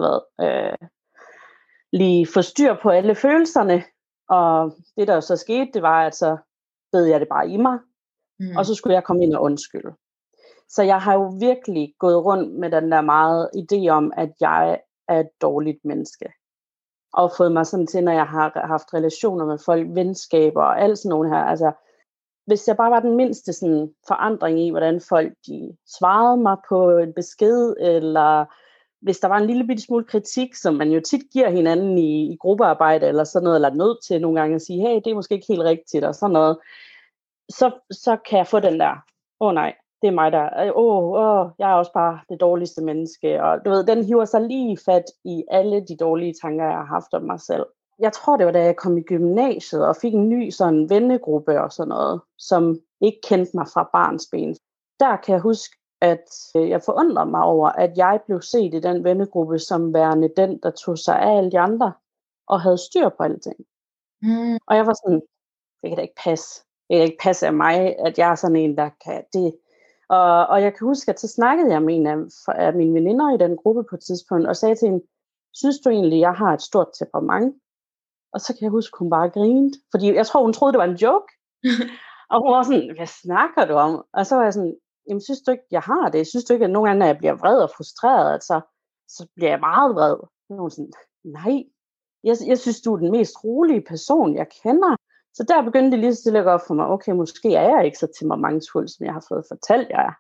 lige få styr på alle følelserne, og det, der jo så skete, det var, at så bed jeg det bare i mig, og så skulle jeg komme ind og undskylde. Så jeg har jo virkelig gået rundt med den der meget idé om, at jeg er et dårligt menneske. Og fået mig sådan til, når jeg har haft relationer med folk, venskaber og alt sådan nogle her. Altså, hvis jeg bare var den mindste sådan, forandring i, hvordan folk de svarede mig på en besked, eller hvis der var en lille bitte smule kritik, som man jo tit giver hinanden i gruppearbejde, eller sådan noget, eller nødt til nogle gange at sige, hey, det er måske ikke helt rigtigt, og sådan noget, så kan jeg få den der, nej, det er mig der, jeg er også bare det dårligste menneske, og du ved, den hiver sig lige fat i alle de dårlige tanker, jeg har haft om mig selv. Jeg tror, det var da jeg kom i gymnasiet, og fik en ny sådan vennegruppe og sådan noget, som ikke kendte mig fra barnsben. Der kan jeg huske, at jeg forundrede mig over, at jeg blev set i den vennegruppe som værende den, der tog sig af alle de andre, og havde styr på alting. Og jeg var sådan, det kan da ikke passe. Det kan ikke passe af mig, at jeg er sådan en, der kan det. Og jeg kan huske, at så snakkede jeg med en af mine veninder i den gruppe på et tidspunkt, og sagde til hende, synes du egentlig, jeg har et stort temperament? Og så kan jeg huske, hun bare grinede, fordi jeg tror, hun troede, det var en joke. Og hun var sådan, hvad snakker du om? Og så var jeg sådan, jamen synes du ikke, jeg har det? Synes du ikke, at nogle gange, når jeg bliver vred og frustreret, at så bliver jeg meget vred? Og hun var sådan, nej, jeg synes, du er den mest rolige person, jeg kender. Så der begyndte det lige så stille at gå op for mig, okay, måske er jeg ikke så temperamentsfuld, som jeg har fået fortalt, jeg er.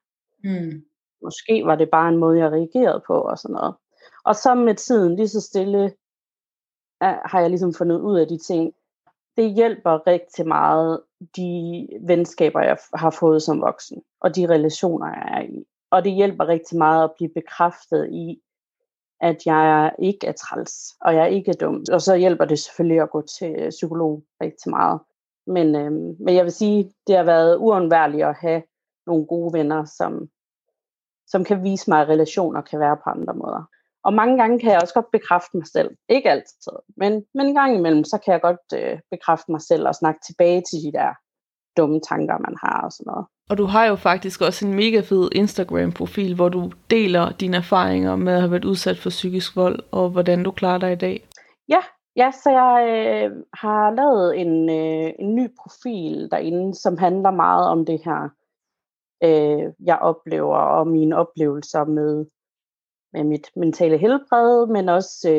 Måske var det bare en måde, jeg reagerede på, og sådan noget. Og så med tiden, lige så stille, har jeg ligesom fundet ud af de ting. Det hjælper rigtig meget, de venskaber, jeg har fået som voksen, og de relationer, jeg er i. Og det hjælper rigtig meget at blive bekræftet i, at jeg ikke er træls, og jeg ikke er dum. Og så hjælper det selvfølgelig at gå til psykolog rigtig meget. Men jeg vil sige, det har været uundværligt at have nogle gode venner, som kan vise mig, at relationer kan være på andre måder. Og mange gange kan jeg også godt bekræfte mig selv. Ikke altid, men en gang imellem, så kan jeg godt bekræfte mig selv og snakke tilbage til de der dumme tanker, man har og sådan noget. Og du har jo faktisk også en mega fed Instagram-profil, hvor du deler dine erfaringer med at have været udsat for psykisk vold, og hvordan du klarer dig i dag. Ja, så jeg har lavet en ny profil derinde, som handler meget om det her, jeg oplever, og mine oplevelser med mit mentale helbred, men også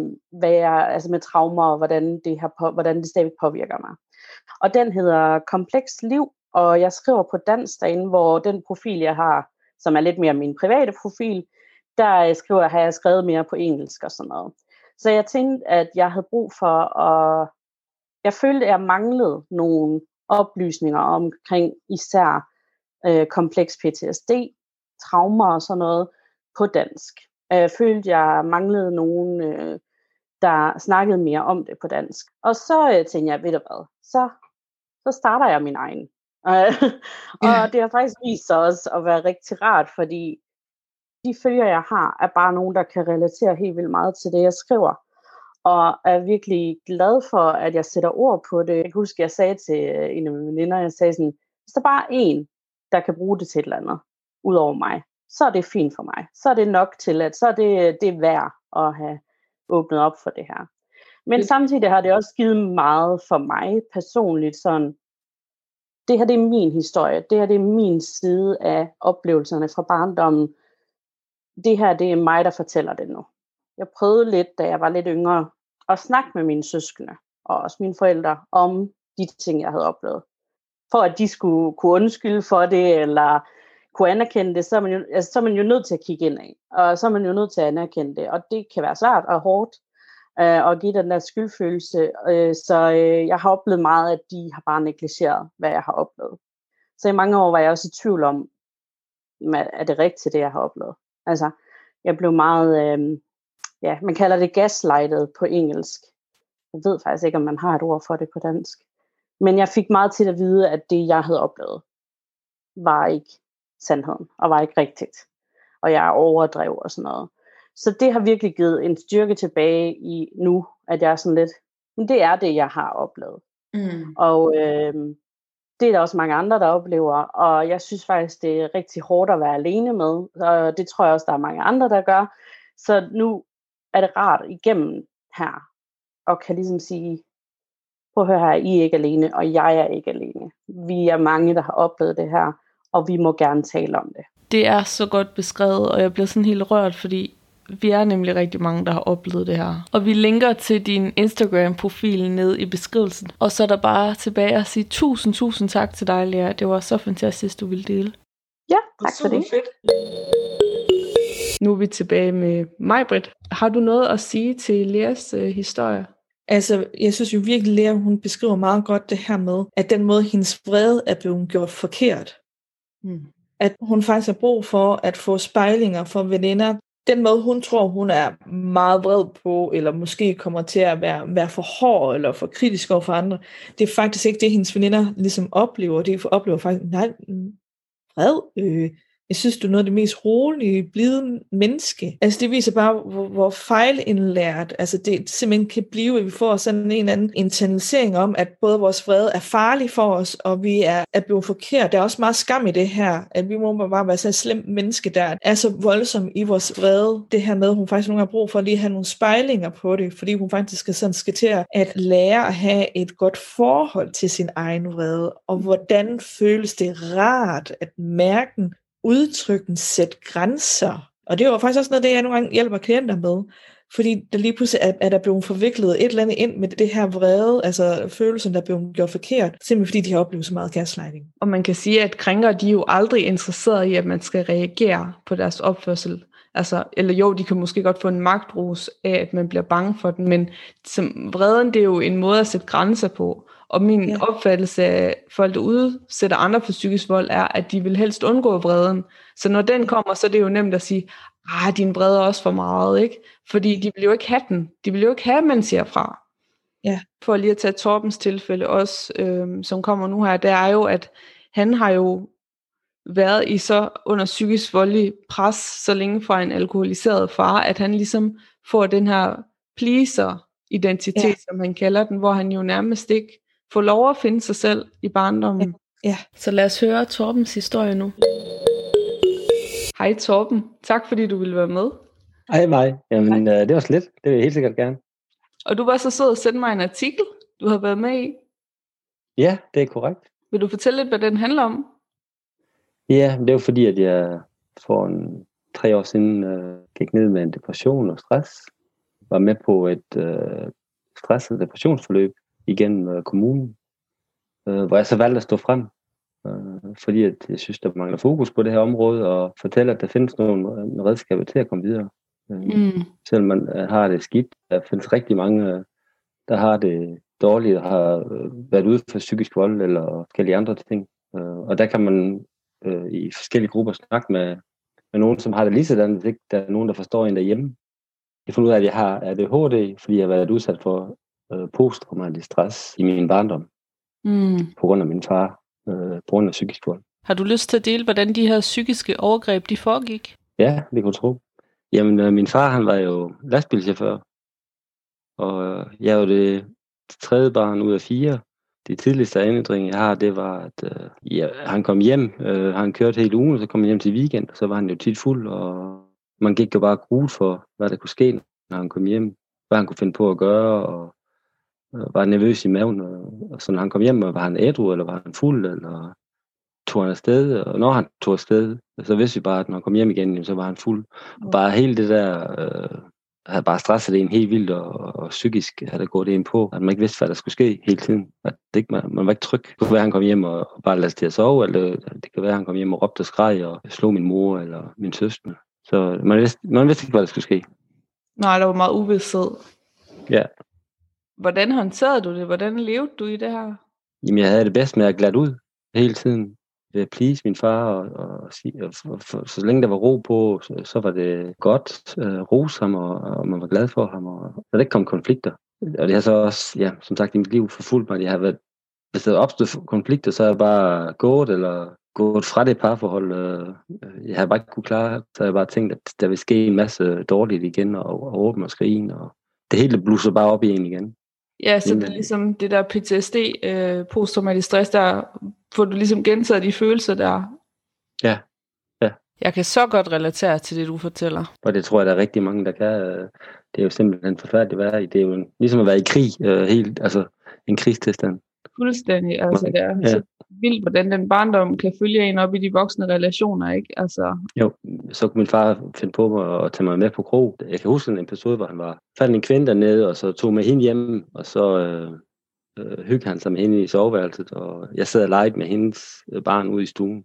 med traumer, og hvordan det stadig påvirker mig. Og den hedder Kompleks Liv, og jeg skriver på dansk derinde, hvor den profil, jeg har, som er lidt mere min private profil, der har jeg skrevet mere på engelsk og sådan noget. Så jeg tænkte, at jeg havde brug for jeg følte, at jeg manglede nogle oplysninger omkring især kompleks PTSD, traumer og sådan noget på dansk. Jeg følte, jeg manglede nogen, der snakkede mere om det på dansk. Og så tænkte jeg, ved du hvad, så starter jeg min egen. Og det har faktisk vist sig også at være rigtig rart, fordi de følger, jeg har, er bare nogen, der kan relatere helt vildt meget til det, jeg skriver. Og er virkelig glad for, at jeg sætter ord på det. Jeg kan huske, jeg sagde til en af mine veninder, jeg sagde sådan, hvis der bare er en, der kan bruge det til et eller andet, ud over mig, så er det fint for mig. Så er det nok til, at så er det værd at have åbnet op for det her. Men samtidig har det også givet meget for mig personligt, sådan, det her det er min historie, det her det er min side af oplevelserne fra barndommen. Det her det er mig, der fortæller det nu. Jeg prøvede lidt, da jeg var lidt yngre, at snakke med mine søskende, og også mine forældre, om de ting, jeg havde oplevet. For at de skulle kunne undskylde for det, eller kunne anerkende det, så er man jo nødt til at kigge ind af. Og så er man jo nødt til at anerkende det. Og det kan være svært og hårdt at give den der skyldfølelse. Så jeg har oplevet meget, at de har bare negligeret, hvad jeg har oplevet. Så i mange år var jeg også i tvivl om, er det rigtigt, det jeg har oplevet. Altså, jeg blev meget, man kalder det gaslightet på engelsk. Jeg ved faktisk ikke, om man har et ord for det på dansk. Men jeg fik meget til at vide, at det, jeg havde oplevet, var ikke sandheden, og var ikke rigtigt. Og jeg overdrev og sådan noget. Så det har virkelig givet en styrke tilbage i nu, at jeg er sådan lidt, men det er det, jeg har oplevet. Og det er der også mange andre, der oplever, og jeg synes faktisk, det er rigtig hårdt at være alene med, og det tror jeg også, der er mange andre, der gør. Så nu er det rart igennem her, og kan ligesom sige, prøv at høre her, I er ikke alene, og jeg er ikke alene. Vi er mange, der har oplevet det her, og vi må gerne tale om det. Det er så godt beskrevet, og jeg bliver sådan helt rørt, fordi vi er nemlig rigtig mange, der har oplevet det her. Og vi linker til din Instagram-profil ned i beskrivelsen. Og så er der bare tilbage at sige tusind tak til dig, Lea. Det var så fantastisk, du ville dele. Ja, tak for det. Fedt. Nu er vi tilbage med Maj-Britt. Har du noget at sige til Leas historie? Altså, jeg synes jo virkelig, Lea, hun beskriver meget godt det her med, at den måde, hendes vrede er blevet gjort forkert. At hun faktisk har brug for at få spejlinger fra veninder. Den måde, hun tror, hun er meget vred på, eller måske kommer til at være for hård, eller for kritisk over for andre, det er faktisk ikke det, hendes veninder ligesom oplever. De oplever faktisk, nej, vred, jeg synes, du er noget af det mest rolige, blide menneske. Altså, det viser bare, hvor fejlindlært, altså det simpelthen kan blive, at vi får sådan en eller anden internalisering om, at både vores vrede er farlig for os, og vi er blevet forkert. Der er også meget skam i det her, at vi må bare være så et slemt menneske, der er så voldsom i vores vrede. Det her med, at hun faktisk nogle gange har brug for at lige have nogle spejlinger på det, fordi hun faktisk skal til at lære at have et godt forhold til sin egen vrede, og hvordan føles det rart at mærke den, udtrykken, sætte grænser. Og det var faktisk også noget, det jeg nogle gange hjælper klienter med. Fordi der lige pludselig er der blevet forviklet et eller andet ind med det her vrede, altså følelsen, der er blevet gjort forkert, simpelthen fordi de har oplevet så meget gaslighting. Og man kan sige, at krænkere, de er jo aldrig interesserede i, at man skal reagere på deres opførsel. Altså, eller jo, de kan måske godt få en magtrus af, at man bliver bange for den, men som vreden, det er jo en måde at sætte grænser på. Og min opfattelse af folk, der udsætter andre for psykisk vold, er, at de vil helst undgå vreden. Så når den kommer, så er det jo nemt at sige, din vrede er også for meget, ikke? Fordi de vil jo ikke have den. De vil jo ikke have, at man siger fra. Ja. For lige at tage Torbens tilfælde også, som kommer nu her, det er jo, at han har jo været i så under psykisk voldelig pres, så længe fra en alkoholiseret far, at han ligesom får den her pleaser-identitet, som han kalder den, hvor han jo nærmest ikke får lov at finde sig selv i barndommen. Ja. Så lad os høre Torbens historie nu. Hej Torben, tak fordi du ville være med. Hej mig. Jamen, det var slet. Det vil jeg helt sikkert gerne. Og du var så sød at sende mig en artikel, du har været med i. Ja, det er korrekt. Vil du fortælle lidt, hvad den handler om? Ja, det var fordi, at jeg for 3 år siden gik ned med en depression og stress. Var med på et stress- og depressionsforløb igennem kommunen, hvor jeg så valgte at stå frem. Fordi at jeg synes, der mangler fokus på det her område, og fortælle, at der findes nogle redskaber til at komme videre. Selvom man har det skidt. Der findes rigtig mange, der har det dårligt, og har været ude for psykisk vold eller forskellige andre ting. Og der kan man i forskellige grupper snakke med nogen, som har det lige sådan, hvis ikke der er nogen, der forstår en derhjemme. Jeg fandt ud af, at jeg har ADHD, fordi jeg har været udsat for posttraumatisk stress i min barndom. På grund af min far, på grund af psykisk vold. Har du lyst til at dele, hvordan de her psykiske overgreb, de foregik? Ja, det kunne jeg tro. Jamen, min far, han var jo lastbilchauffør. Og jeg er jo det 3. barn ud af 4. Det tidligste ændring, jeg har, det var, at han kom hjem. Han kørte hele ugen, så kom han hjem til weekend, og så var han jo tit fuld, og man gik jo bare gruet for, hvad der kunne ske, når han kom hjem. Hvad han kunne finde på at gøre, og var nervøs i maven. Og så når han kom hjem, var han ædru, eller var han fuld, eller tog han afsted. Og når han tog afsted, så vidste vi bare, at når han kom hjem igen, så var han fuld. Og bare hele det der... havde bare stresset det en helt vildt, og psykisk havde det gået det ind på, at man ikke vidste, hvad der skulle ske hele tiden. At det ikke, man var ikke tryg. Det kunne være, at han kom hjem og bare lade sig til at sove, eller det kan være, at han kom hjem og råbte og skreg og slog min mor eller min søster. Så man vidste ikke, hvad der skulle ske. Nej, der var meget uvidsthed. Ja. Hvordan håndterede du det? Hvordan levede du i det her? Jamen, jeg havde det bedst med at glade ud hele tiden. Ved at please min far, og så længe der var ro på, så var det godt. Rose ham, og man var glad for ham, og der ikke kom konflikter. Og det har så også, ja, som sagt, i mit liv forfulgt mig. Jeg har været, hvis der opstod konflikter, så er jeg bare gået fra det parforhold. Jeg har bare ikke kunne klare, så har jeg bare tænkt, at der vil ske en masse dårligt igen, og råben og skrigen, og det hele blusser bare op i en igen. Ja, så det er ligesom det der PTSD, posttraumatisk stress, der får du ligesom gentaget de følelser der. Ja. Jeg kan så godt relatere til det, du fortæller. Og det tror jeg, der er rigtig mange, der kan. Det er jo simpelthen forfærdeligt at være i. Det er jo ligesom at være i krig, helt, altså en krigstilstand. Fuldstændig, altså det er så vildt, hvordan den barndom kan følge en op i de voksne relationer, ikke? Altså. Jo, så kunne min far finde på mig at tage mig med på krog. Jeg kan huske en episode, hvor han fandt en kvinde dernede, og så tog med hende hjem, og så hyggede han sig med hende i soveværelset, og jeg sad og legede med hendes barn ude i stuen.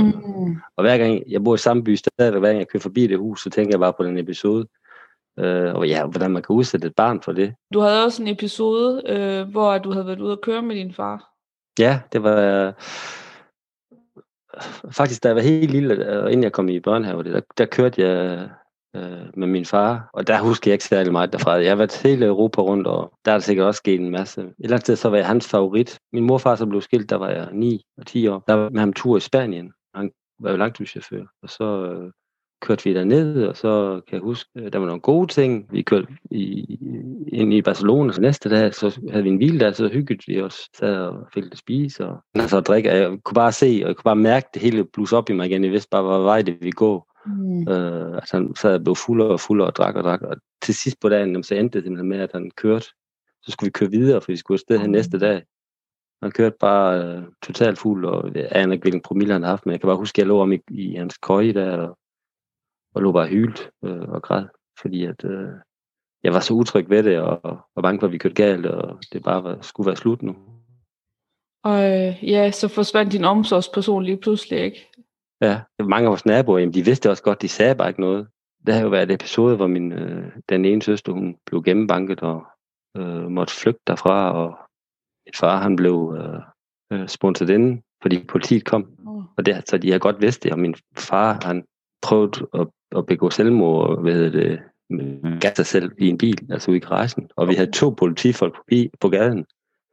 Og hver gang, jeg bor i samme by stadig, hver gang jeg kører forbi det hus, så tænker jeg bare på den episode. Og ja, hvordan man kan udsætte et barn for det. Du havde også en episode, hvor du havde været ude at køre med din far. Ja, det var faktisk, da jeg var helt lille, inden jeg kom i børnehave, der kørte jeg med min far, og der husker jeg ikke særlig meget derfra. Jeg har været hele Europa rundt, og der er der sikkert også sket en masse. Et eller andet sted, så var jeg hans favorit. Min morfar så blev skilt, der var jeg 9 og 10 år. Der var med ham tur i Spanien. Han var jo langturschauffør, og så kørte vi derned, og så kan jeg huske, der var nogle gode ting. Vi kørte ind i Barcelona, så næste dag, så havde vi en hvile der, så hyggede vi os, sad og fik lidt at spise, og så drikke. Jeg kunne bare se, og jeg kunne bare mærke det hele blus op i mig igen. Jeg vidste bare, hvor vej det ville gå. Altså han sad og blev fuldere og drak, og til sidst på dagen, så endte det simpelthen med, at han kørte. Så skulle vi køre videre, for vi skulle afsted her næste dag. Han kørte bare totalt fuld, og jeg aner ikke, hvilken promille han har haft, men jeg kan bare huske, at jeg lå om i hans køje der, og lå bare hylt og græd, fordi at jeg var så utryg ved det, og bange for, at vi kørte galt, og det bare skulle være slut nu. Og ja, så forsvandt din omsorgsperson lige pludselig, ikke? Ja, mange af vores naboer, de vidste også godt, de sagde bare ikke noget. Der har jo været et episode, hvor den ene søster, hun blev gennembanket og måtte flygte derfra, og min far, han blev spunset inde, fordi politiet kom. Og det, så de har godt vidst det, og min far, han prøvede at begå selvmord gav sig selv i en bil, altså ude i garagen. Og vi havde 2 politifolk på gaden.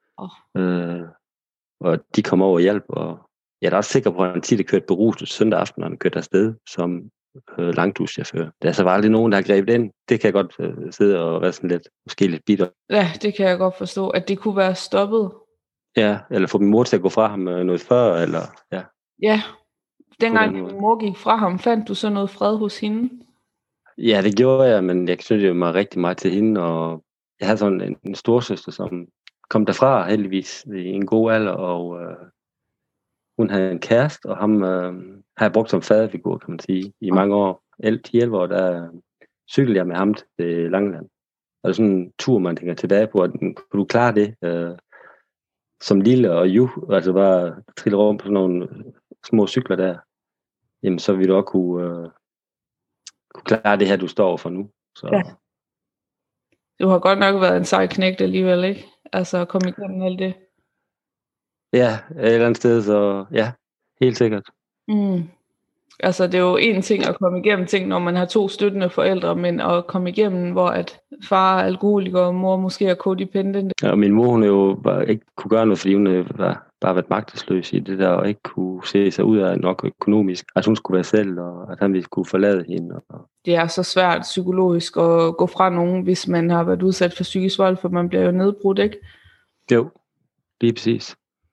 Og de kom over og hjalp. Og jeg er da også sikker på, at han tit kørte beruset søndag aften, når han kørte afsted som langturschauffør. Der er så aldrig nogen, der har grebet ind. Det kan jeg godt sidde og være sådan lidt, måske lidt bitter. Ja, det kan jeg godt forstå, at det kunne være stoppet. Ja, eller få min mor til at gå fra ham noget før, eller ja. Ja, dengang din mor gik fra ham, fandt du så noget fred hos hende? Ja, det gjorde jeg, men jeg knyttede mig rigtig meget til hende, og jeg havde sådan en storsøster, som kom derfra heldigvis i en god alder, og hun havde en kæreste, og ham har jeg brugt som faderfigur, kan man sige, i mange år. 10-11 år, der cyklede jeg med ham til Langeland. Og det er sådan en tur, man tænker tilbage på, at kunne du klare det som lille og altså bare trille rundt på sådan nogle små cykler der, jamen så ville du også kunne klare det her, du står for nu. Så. Ja. Du har godt nok været en sej knægt alligevel, ikke? Altså at komme igennem alt det. Ja, et eller andet sted, så ja, helt sikkert. Altså det er jo en ting at komme igennem ting, når man har 2 støttende forældre, men at komme igennem, hvor at far er alkoholiker, og mor måske er codependent. Ja, og min mor, hun jo bare ikke kunne gøre noget, fordi hun bare været magtesløs i det der, og ikke kunne se sig ud af nok økonomisk, at hun skulle være selv, og at han ville kunne forlade hende. Det er så svært psykologisk at gå fra nogen, hvis man har været udsat for psykisk vold, for man bliver jo nedbrudt, ikke? Jo, lige præcis.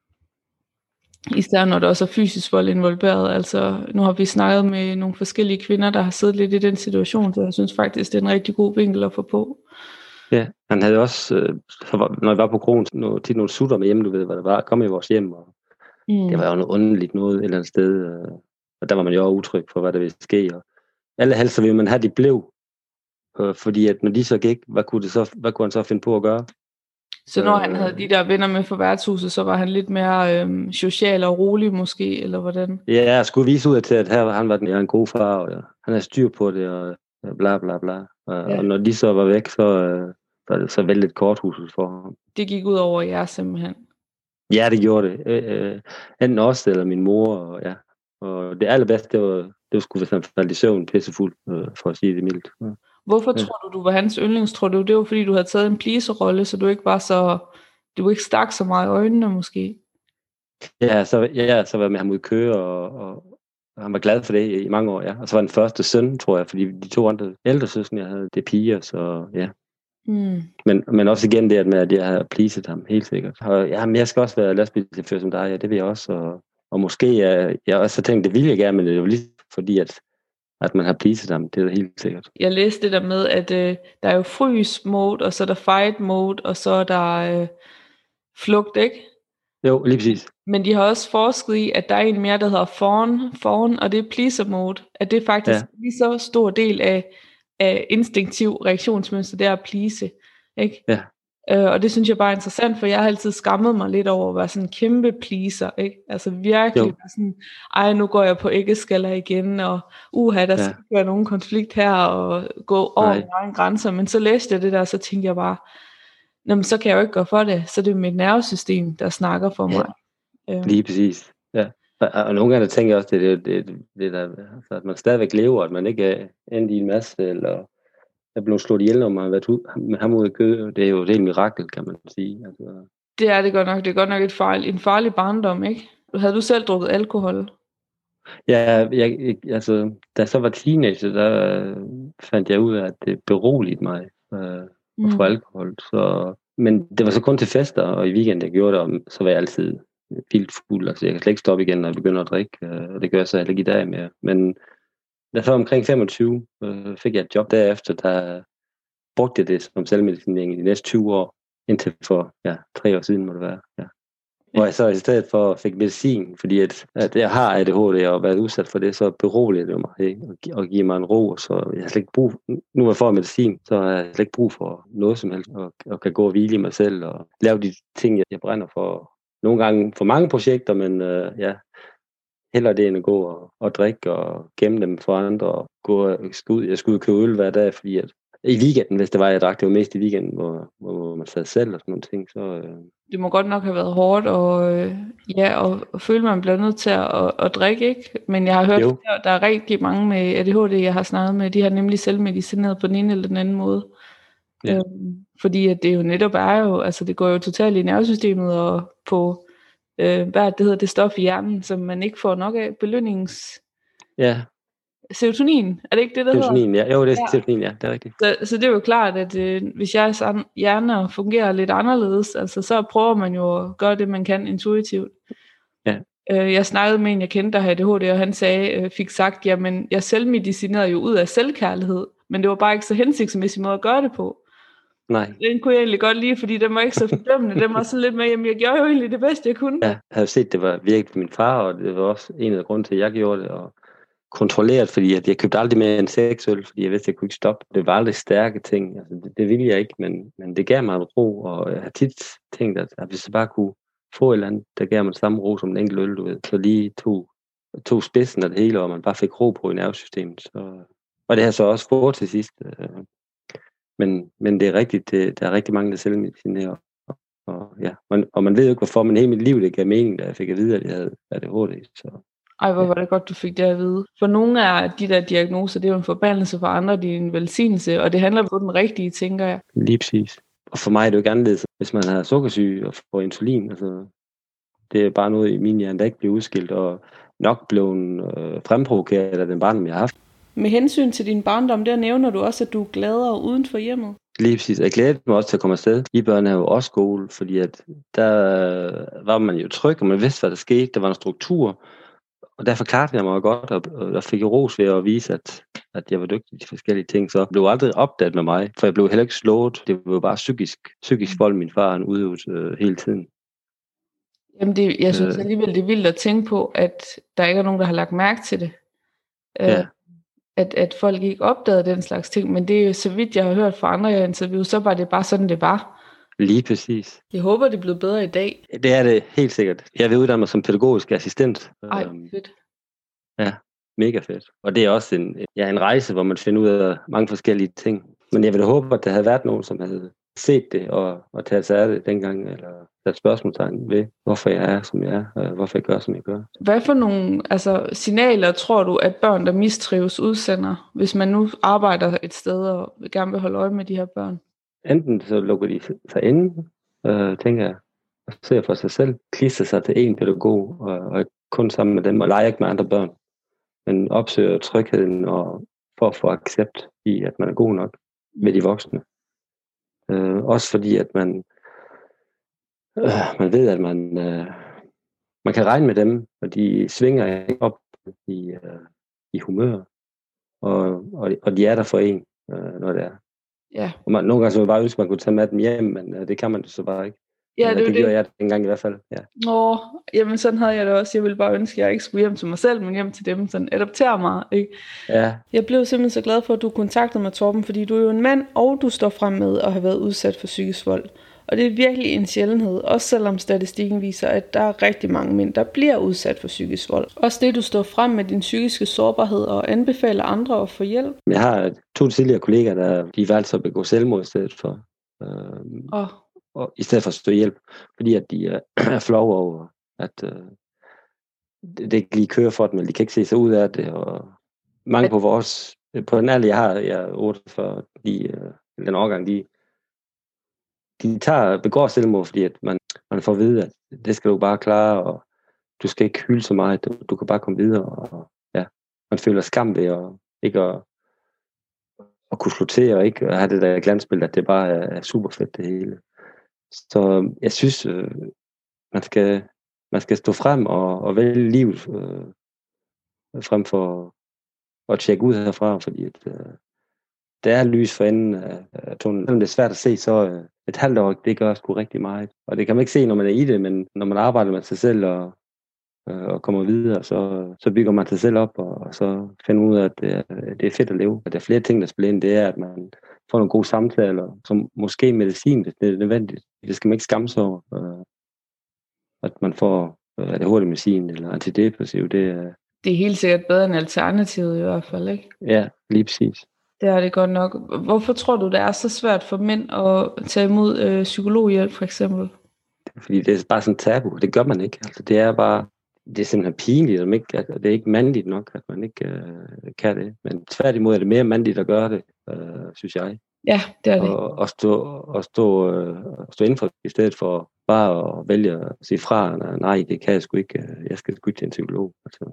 Især når der også er fysisk vold involveret. Altså, nu har vi snakket med nogle forskellige kvinder, der har siddet lidt i den situation, så jeg synes faktisk, det er en rigtig god vinkel at få på. Ja, han havde også, når jeg var på krogen, tit nogle sutter med hjemme, du ved, hvad det var, kom i vores hjem, og det var jo noget underligt noget et eller andet sted, og der var man jo også utryg for, hvad der ville ske, og alle halser ville man have, de blev, fordi at når de så gik, hvad kunne han så finde på at gøre? Så når han havde de der venner med for værtshuset, så var han lidt mere social og rolig måske, eller hvordan? Ja, jeg skulle vise ud til, at her han var en god far, og han havde styr på det, og bla bla bla. Og når de så var væk, så væltede korthuset for ham. Det gik ud over jer simpelthen? Ja, det gjorde det. Enten os eller min mor, og ja. Og det allerbedste, det var sgu, hvis han faldt i søvn pissefuld, for at sige det mildt. Ja. Hvorfor tror du var hans yndlings? Tror du, det var fordi, du havde taget en pleaser-rolle, så du ikke stak så meget i øjnene måske? Ja, så var jeg med ham ud i Køge, og han var glad for det i mange år, ja. Og så var den første søn, tror jeg, fordi de 2 andre ældre søstre, jeg havde, det er piger, så ja. Men også igen det med, at jeg havde pleaset ham, helt sikkert. Og ja, men jeg skal også være lastbilchauffør som dig, ja, det vil jeg også. Og måske, jeg også tænkte, det ville jeg gerne, men det er jo lige fordi, at man har pleaset ham, det er helt sikkert. Jeg læste det der med, at der er jo freeze mode, og så er der fight mode, og så er der flugt, ikke? Jo, lige præcis. Men de har også forsket i, at der er en mere, der hedder fawn, og det er pleaser mode. At det er faktisk lige så stor del af instinktiv reaktionsmønster, det er at please, ikke? Ja. Og det synes jeg bare er interessant, for jeg har altid skammet mig lidt over at være sådan en kæmpe pleaser, ikke? Altså virkelig sådan, nu går jeg på æggeskaller igen, og der skal ikke være nogen konflikt her, og gå over mine egne grænser. Men så læste jeg det der, så tænkte jeg bare, så kan jeg jo ikke gøre for det, så det er mit nervesystem, der snakker for mig. Lige præcis, ja. Og nogle gange tænker jeg også, det der, altså, at man stadigvæk lever, at man ikke er endt i en masse, eller er blevet slået ihjel, når man har været med ham ude i Køge. Det er jo et helt mirakel, kan man sige. Altså. Det er det godt nok. Det er godt nok en farlig barndom, ikke? Havde du selv drukket alkohol? Ja, altså, da jeg så var teenager, der fandt jeg ud af, at det beroligede mig at få alkohol. Men det var så kun til fester, og i weekenden jeg gjorde det, og så var jeg altid vildt fuld. Altså, jeg kan slet ikke stoppe igen, når jeg begynder at drikke, og det gør jeg så heller ikke i dag mere. Men da så omkring 25 fik jeg et job derefter, der brugte jeg det som selvmedicinering i de næste 20 år, indtil for 3 år siden må det være. Ja. Hvor jeg så i stedet for fik medicin, fordi at jeg har ADHD og været udsat for det, så beroliger det mig, ikke? Og giver mig en ro, så jeg har slet ikke brug, nu hvor jeg får medicin, så har jeg slet ikke brug for noget som helst, og kan gå og hvile i mig selv, og lave de ting, jeg brænder for. Nogle gange for mange projekter, men hellere det end at gå og drikke og gemme dem for andre, og jeg skal ud og købe øl hver dag, fordi at I weekenden, hvis det var, jeg drak, det var mest i weekenden, hvor man sad selv og sådan nogle ting. Så, Det må godt nok have været hårdt, og føle, man bliver nødt til at drikke, ikke? Men jeg har hørt, at der er rigtig mange med ADHD, jeg har snakket med, de har nemlig selvmedicineret på den ene eller den anden måde. Ja. Fordi at det jo netop altså det går jo totalt i nervesystemet og på, det stof i hjernen, som man ikke får nok af, Ja. Serotonin, er det ikke det, der serotonin, hedder? Ja. Jo, det er serotonin, ja, det er rigtigt. Så det er jo klart, at hvis jeres hjerner fungerer lidt anderledes, altså så prøver man jo at gøre det, man kan intuitivt. Ja. Jeg snakkede med en, jeg kendte, der havde ADHD, og han fik sagt, jamen, jeg selvmedicinerede jo ud af selvkærlighed, men det var bare ikke så hensigtsmæssig måde at gøre det på. Nej. Den kunne jeg egentlig godt lide, fordi den var ikke så fordømmende. Den var sådan lidt med, jamen jeg gjorde jo egentlig det bedste, jeg kunne. Ja, jeg havde set, det var virkelig for min far, og det var også en af grundene til, at jeg gjorde det, og kontrolleret, fordi at jeg købte aldrig mere end 6 øl, fordi jeg vidste, at jeg kunne ikke stoppe. Det var aldrig stærke ting, altså det ville jeg ikke, men det gav mig en ro, og jeg har tit tænkt, at hvis jeg bare kunne få et eller andet, der gav mig samme ro som en enkelt øl, du ved, så lige tog spidsen af det hele, og man bare fik ro på i nervesystemet. Og det har så også fået til sidst. Men det er rigtigt, der er rigtig mange, der selvmedicinerer. Og man ved jo ikke, hvorfor, men hele mit liv, det gav mening, da jeg fik at vide, at jeg havde ADHD. Så. Ej, hvor var det godt, du fik det at vide. For nogle af de der diagnoser, det er jo en forbandelse, for andre det er en velsignelse, og det handler om den rigtige, tænker jeg. Lige præcis. Og for mig er det jo ikke anderledes, hvis man har sukkersyge og får insulin. Altså, det er bare noget i min hjerne, der ikke bliver udskilt, og nok blevet fremprovokeret af den barndom, jeg har haft. Med hensyn til din barndom, der nævner du også, at du er gladere uden for hjemmet. Lige præcis. Jeg glædede mig også til at komme afsted i børnehave og skole, fordi at der var man jo tryg, og man vidste, hvad der skete. Der var en struktur, og derfor klarede jeg mig godt, og jeg fik ros ved at vise, at jeg var dygtig til forskellige ting. Så jeg blev aldrig opdaget med mig, for jeg blev heller ikke slået. Det var bare psykisk vold, min far han udøvede hele tiden. Jamen jeg synes alligevel, det er vildt at tænke på, at der ikke er nogen, der har lagt mærke til det. Ja. At folk ikke opdagede den slags ting, men det er jo så vidt, jeg har hørt fra andre, jeg interviewede, så var det bare sådan, det var. Lige præcis. Jeg håber, det er blevet bedre i dag. Det er det helt sikkert. Jeg vil uddanne mig som pædagogisk assistent. Ej, fedt. Ja, mega fedt. Og det er også en rejse, hvor man finder ud af mange forskellige ting. Men jeg ville håbe, at der havde været nogen, som havde set det og taget sig af det dengang, eller sat spørgsmålstegn ved, hvorfor jeg er, som jeg er, og hvorfor jeg gør, som jeg gør. Hvad for nogle signaler tror du, at børn, der mistrives, udsender, hvis man nu arbejder et sted og gerne vil holde øje med de her børn? Enten så lukker de sig inde, tænker jeg, og ser for sig selv, klister sig til en pædagog, og kun sammen med dem, og leger ikke med andre børn, men opsøger trygheden og for at få accept i, at man er god nok med de voksne. Også fordi, at man ved, at man kan regne med dem, og de svinger ikke op i humør, og de er der for en, når det er. Ja. Og nogle gange så vil jeg bare ønske, at man kunne tage med dem hjem, men det kan man så bare ikke. Ja, det gjorde jeg dengang i hvert fald. Ja. Jamen sådan havde jeg det også. Jeg ville bare ønske, at jeg ikke skulle hjem til mig selv, men hjem til dem, sådan adoptere mig. Ikke? Ja. Jeg blev simpelthen så glad for, at du kontaktede mig, Torben, fordi du er jo en mand, og du står frem med at have været udsat for psykisk vold. Og det er virkelig en sjældenhed, også selvom statistikken viser, at der er rigtig mange mænd, der bliver udsat for psykisk vold. Også det, du står frem med din psykiske sårbarhed og anbefaler andre at få hjælp. Jeg har 2 tidligere kollegaer, de valgte at begå selvmord i stedet for. Og i stedet for at stå hjælp, fordi at de er flove over, at det ikke lige kører for dem, eller de kan ikke se sig ud af det. Og mange på den alder, jeg er 48, den årgang, de begår selvmord, fordi at man får at vide, at det skal du bare klare, og du skal ikke hylde så meget, du kan bare komme videre, og ja, man føler skam ved at ikke at kunne slå til, og ikke at have det der glansbillede, at det bare er super fedt det hele. Så jeg synes, man skal stå frem og vælge livet frem for at tjekke ud herfra, fordi der er lys for enden af tunnelen. Selvom det er svært at se, så et halvt år, det gør sgu rigtig meget. Og det kan man ikke se, når man er i det, men når man arbejder med sig selv og kommer videre, så bygger man sig selv op, og så finder ud af, at det er fedt at leve. Og der er flere ting, der spiller ind. Det er, at man får nogle gode samtaler, som måske medicin, hvis det er nødvendigt. Det skal man ikke skamme sig over. At man får hurtig medicin eller antidepressiv. Det er helt sikkert bedre end alternativet i hvert fald, ikke? Ja, lige præcis. Det er det godt nok. Hvorfor tror du, det er så svært for mænd at tage imod psykologhjælp, for eksempel? Fordi det er bare sådan tabu. Det gør man ikke. Altså, det er simpelthen pinligt, at det er ikke mandligt nok, at man ikke kan det. Men tværtimod er det mere mandligt at gøre det, synes jeg. Ja, det er det. Og stå indenfor, i stedet for bare at vælge at sige fra, nej, det kan jeg sgu ikke, jeg skal sgu ikke til en psykolog. Altså,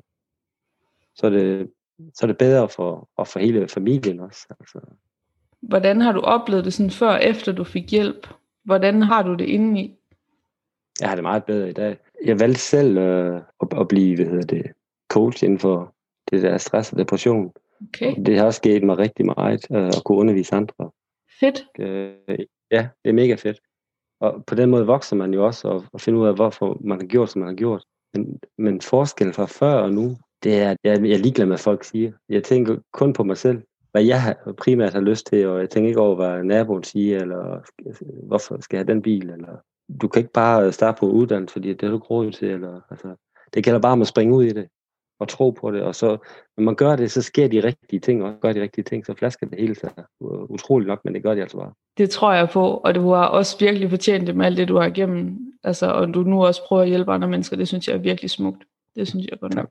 så er det bedre for hele familien også. Altså. Hvordan har du oplevet det sådan før og efter du fik hjælp? Hvordan har du det indeni? Jeg har det meget bedre i dag. Jeg valgte selv at blive, coach inden for det der stress og depression. Okay. Og det har også givet mig rigtig meget at kunne undervise andre. Fedt. Ja, det er mega fedt. Og på den måde vokser man jo også og finder ud af, hvorfor man har gjort, som man har gjort. Men forskellen fra før og nu, det er, at jeg er ligeglad med, hvad folk siger. Jeg tænker kun på mig selv, hvad jeg primært har lyst til, og jeg tænker ikke over, hvad naboen siger, eller hvorfor skal jeg have den bil, eller du kan ikke bare starte på uddannelse, fordi det er du ikke råd til, eller altså, det gælder bare om at springe ud i det, og tro på det, og så, når man gør det, så sker de rigtige ting, og gør de rigtige ting, så flasker det hele sig utroligt nok, men det gør de altså bare. Det tror jeg på, og du har også virkelig fortjent det med alt det, du har igennem, altså, og du nu også prøver at hjælpe andre mennesker, det synes jeg er virkelig smukt. Det synes jeg godt nok.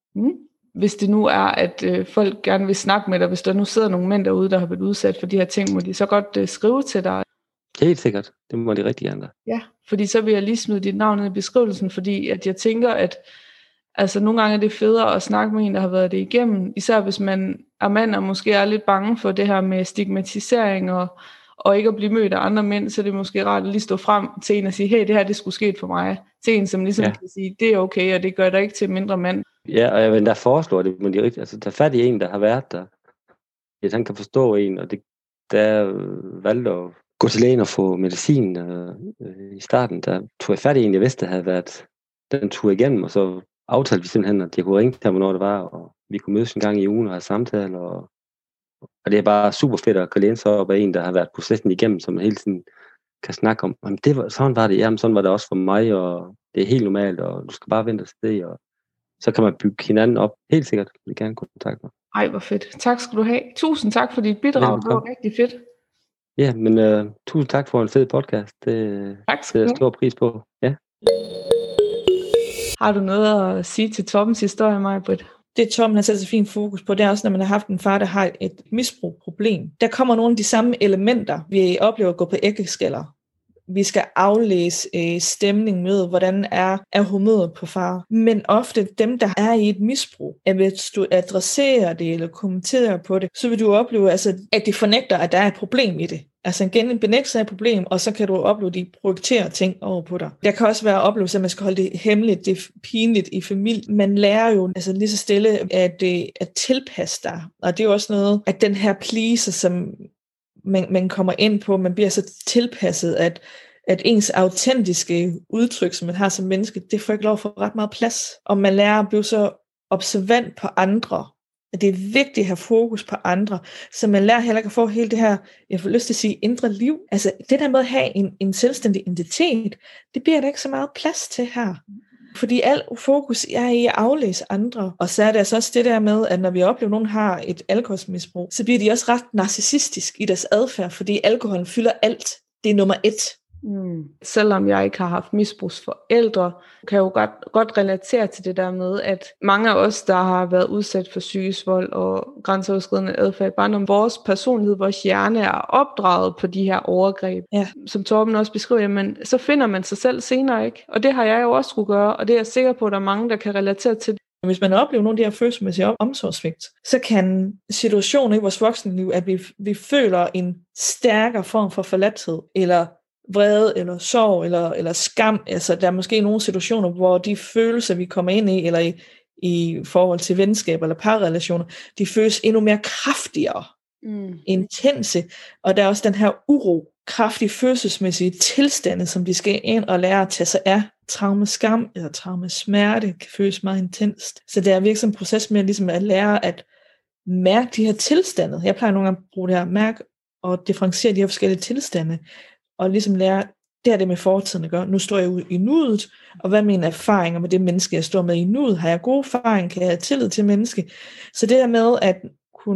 Hvis det nu er, at folk gerne vil snakke med dig, hvis der nu sidder nogle mænd derude, der har været udsat for de her ting, må de så godt skrive til dig? Helt sikkert. Det må de rigtig gerne. Ja, fordi så vil jeg lige smide dit navn i beskrivelsen, fordi at jeg tænker, at altså, nogle gange er det federe at snakke med en, der har været det igennem, især hvis man er mand og måske er lidt bange for det her med stigmatisering og ikke at blive mødt af andre mænd, så det er måske rart at lige stå frem til en og sige, hey, det her det skulle ske for mig. Til en, som ligesom kan sige, det er okay, og det gør dig ikke til mindre mand. Ja, og jeg vil da foreslå det, men de altså tage fat i en, der har været der. Ja, han kan forstå en, og det der valgte at gå til lægen og få medicin i starten, der tog jeg fat i en, jeg vidste, havde været den tur igennem, og så aftalte vi simpelthen, at jeg kunne ringe til ham, hvornår det var, og vi kunne mødes en gang i ugen og have samtaler, og det er bare super fedt at kunne læne sig op af en, der har været processen igennem, som man hele tiden kan snakke om, sådan var det, jamen sådan var det også for mig, og det er helt normalt, og du skal bare vente og se, og så kan man bygge hinanden op. Helt sikkert, vil jeg gerne kontakte mig. Ej, hvor fedt. Tak skal du have. Tusind tak for dit bidrag, det var rigtig fedt. Ja, men tusind tak for en fed podcast. Det sætter jeg stor pris på. Ja. Har du noget at sige til Tommens historie, Maj-Britt? Det Tom har sat så fint fokus på, det er også, når man har haft en far, der har et misbrugproblem. Der kommer nogle af de samme elementer, vi oplever at gå på æggeskaller. Vi skal aflæse stemning med, hvordan er humøret på far. Men ofte dem, der er i et misbrug, at hvis du adresserer det eller kommenterer på det, så vil du opleve, altså, at de fornægter, at der er et problem i det. Altså igen, en benægtelse af et problem, og så kan du opleve, at de projekterer ting over på dig. Der kan også være oplevelse, at man skal holde det hemmeligt, det er pinligt i familien. Man lærer jo altså lige så stille at tilpasse dig. Og det er jo også noget, at den her pleaser, som man kommer ind på, man bliver så tilpasset, at ens autentiske udtryk, som man har som menneske, det får ikke lov at få ret meget plads. Og man lærer at blive så observant på andre, at det er vigtigt at have fokus på andre, så man lærer heller ikke at få hele det her, jeg får lyst til at sige, indre liv. Altså det der med at have en selvstændig identitet, det bliver der ikke så meget plads til her. Fordi al fokus er i at aflæse andre. Og så er det altså også det der med, at når vi oplever, at nogen har et alkoholmisbrug, så bliver de også ret narcissistisk i deres adfærd, fordi alkoholen fylder alt. Det er nummer 1. Selvom jeg ikke har haft misbrugsforældre, kan jeg jo godt relatere til det der med, at mange af os, der har været udsat for psykisk vold og grænseoverskridende adfærd, bare når vores personlighed, vores hjerne er opdraget på de her overgreb, som Torben også beskriver, jamen, så finder man sig selv senere, ikke? Og det har jeg jo også skulle gøre, og det er jeg sikker på, at der er mange, der kan relatere til. Hvis man oplever nogle af de her følelsesmæssige omsorgsvigt, så kan situationen i vores voksenliv, at vi føler en stærkere form for forladthed, eller vrede, eller sorg, eller skam. Altså, der er måske nogle situationer, hvor de følelser, vi kommer ind i, eller i forhold til venskab eller parrelationer, de føles endnu mere kraftigere, intense, og der er også den her uro, kraftige følelsesmæssige tilstande, som de skal ind og lære at tage sig af. Traumeskam eller traumesmerte kan føles meget intenst. Så det er virkelig en proces med ligesom at lære at mærke de her tilstande. Jeg plejer nogle gange at bruge det her, mærke og differentiere de her forskellige tilstande, og ligesom lære, det er det med fortiden at gøre. Nu står jeg ude i nuet, og hvad er mine erfaringer med det menneske, jeg står med i nuet? Har jeg gode erfaringer? Kan jeg have tillid til menneske? Så det her med at kunne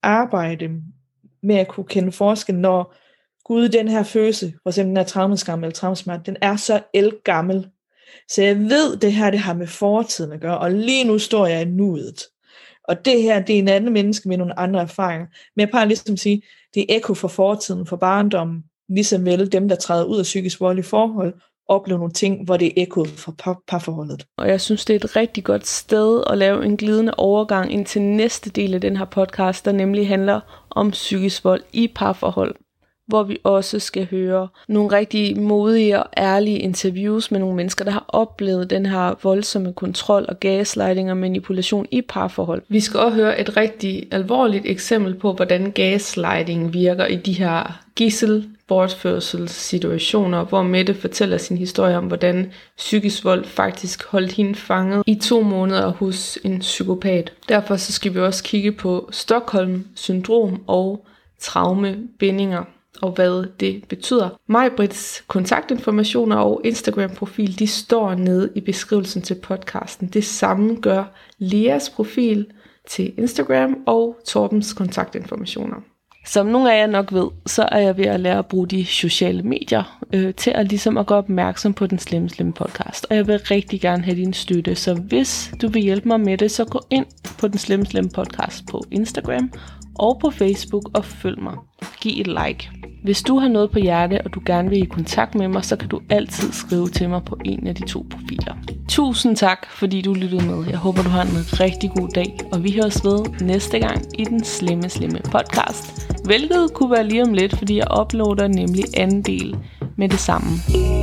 arbejde med at kunne kende forskel, når Gud, den her følelse, for eksempel den her traumeskam eller traumesmerte, den er så ældgammel. Så jeg ved, det her det har med fortiden at gøre, og lige nu står jeg i nuet. Og det her, det er en anden menneske med nogle andre erfaringer. Men jeg plejer ligesom at sige, det er ekko for fortiden, for barndommen, ligesom vel dem, der træder ud af psykisk voldelige forhold, oplever nogle ting, hvor det er ekko for parforholdet. Og jeg synes, det er et rigtig godt sted at lave en glidende overgang ind til næste del af den her podcast, der nemlig handler om psykisk vold i parforhold, hvor vi også skal høre nogle rigtig modige og ærlige interviews med nogle mennesker, der har oplevet den her voldsomme kontrol og gaslighting og manipulation i parforhold. Vi skal også høre et rigtig alvorligt eksempel på, hvordan gaslighting virker i de her gidselbortførselssituationer, hvor Mette fortæller sin historie om, hvordan psykisk vold faktisk holdt hende fanget i 2 måneder hos en psykopat. Derfor så skal vi også kigge på Stockholm-syndrom og traumebindinger, og hvad det betyder. Maj-Brits kontaktinformationer og Instagram-profil, de står nede i beskrivelsen til podcasten. Det samme gør Leas profil til Instagram og Torbens kontaktinformationer. Som nogle af jer nok ved, så er jeg ved at lære at bruge de sociale medier til at ligesom at gøre opmærksom på den slemme podcast. Og jeg vil rigtig gerne have din støtte, så hvis du vil hjælpe mig med det, så gå ind på den slemme podcast på Instagram og på Facebook og følg mig. Giv et like. Hvis du har noget på hjerte, og du gerne vil i kontakt med mig, så kan du altid skrive til mig på en af de 2 profiler. Tusind tak, fordi du lyttede med. Jeg håber, du har en rigtig god dag, og vi høres ved næste gang i den slemme podcast. Hvilket kunne være lige om lidt, fordi jeg uploader nemlig anden del med det samme.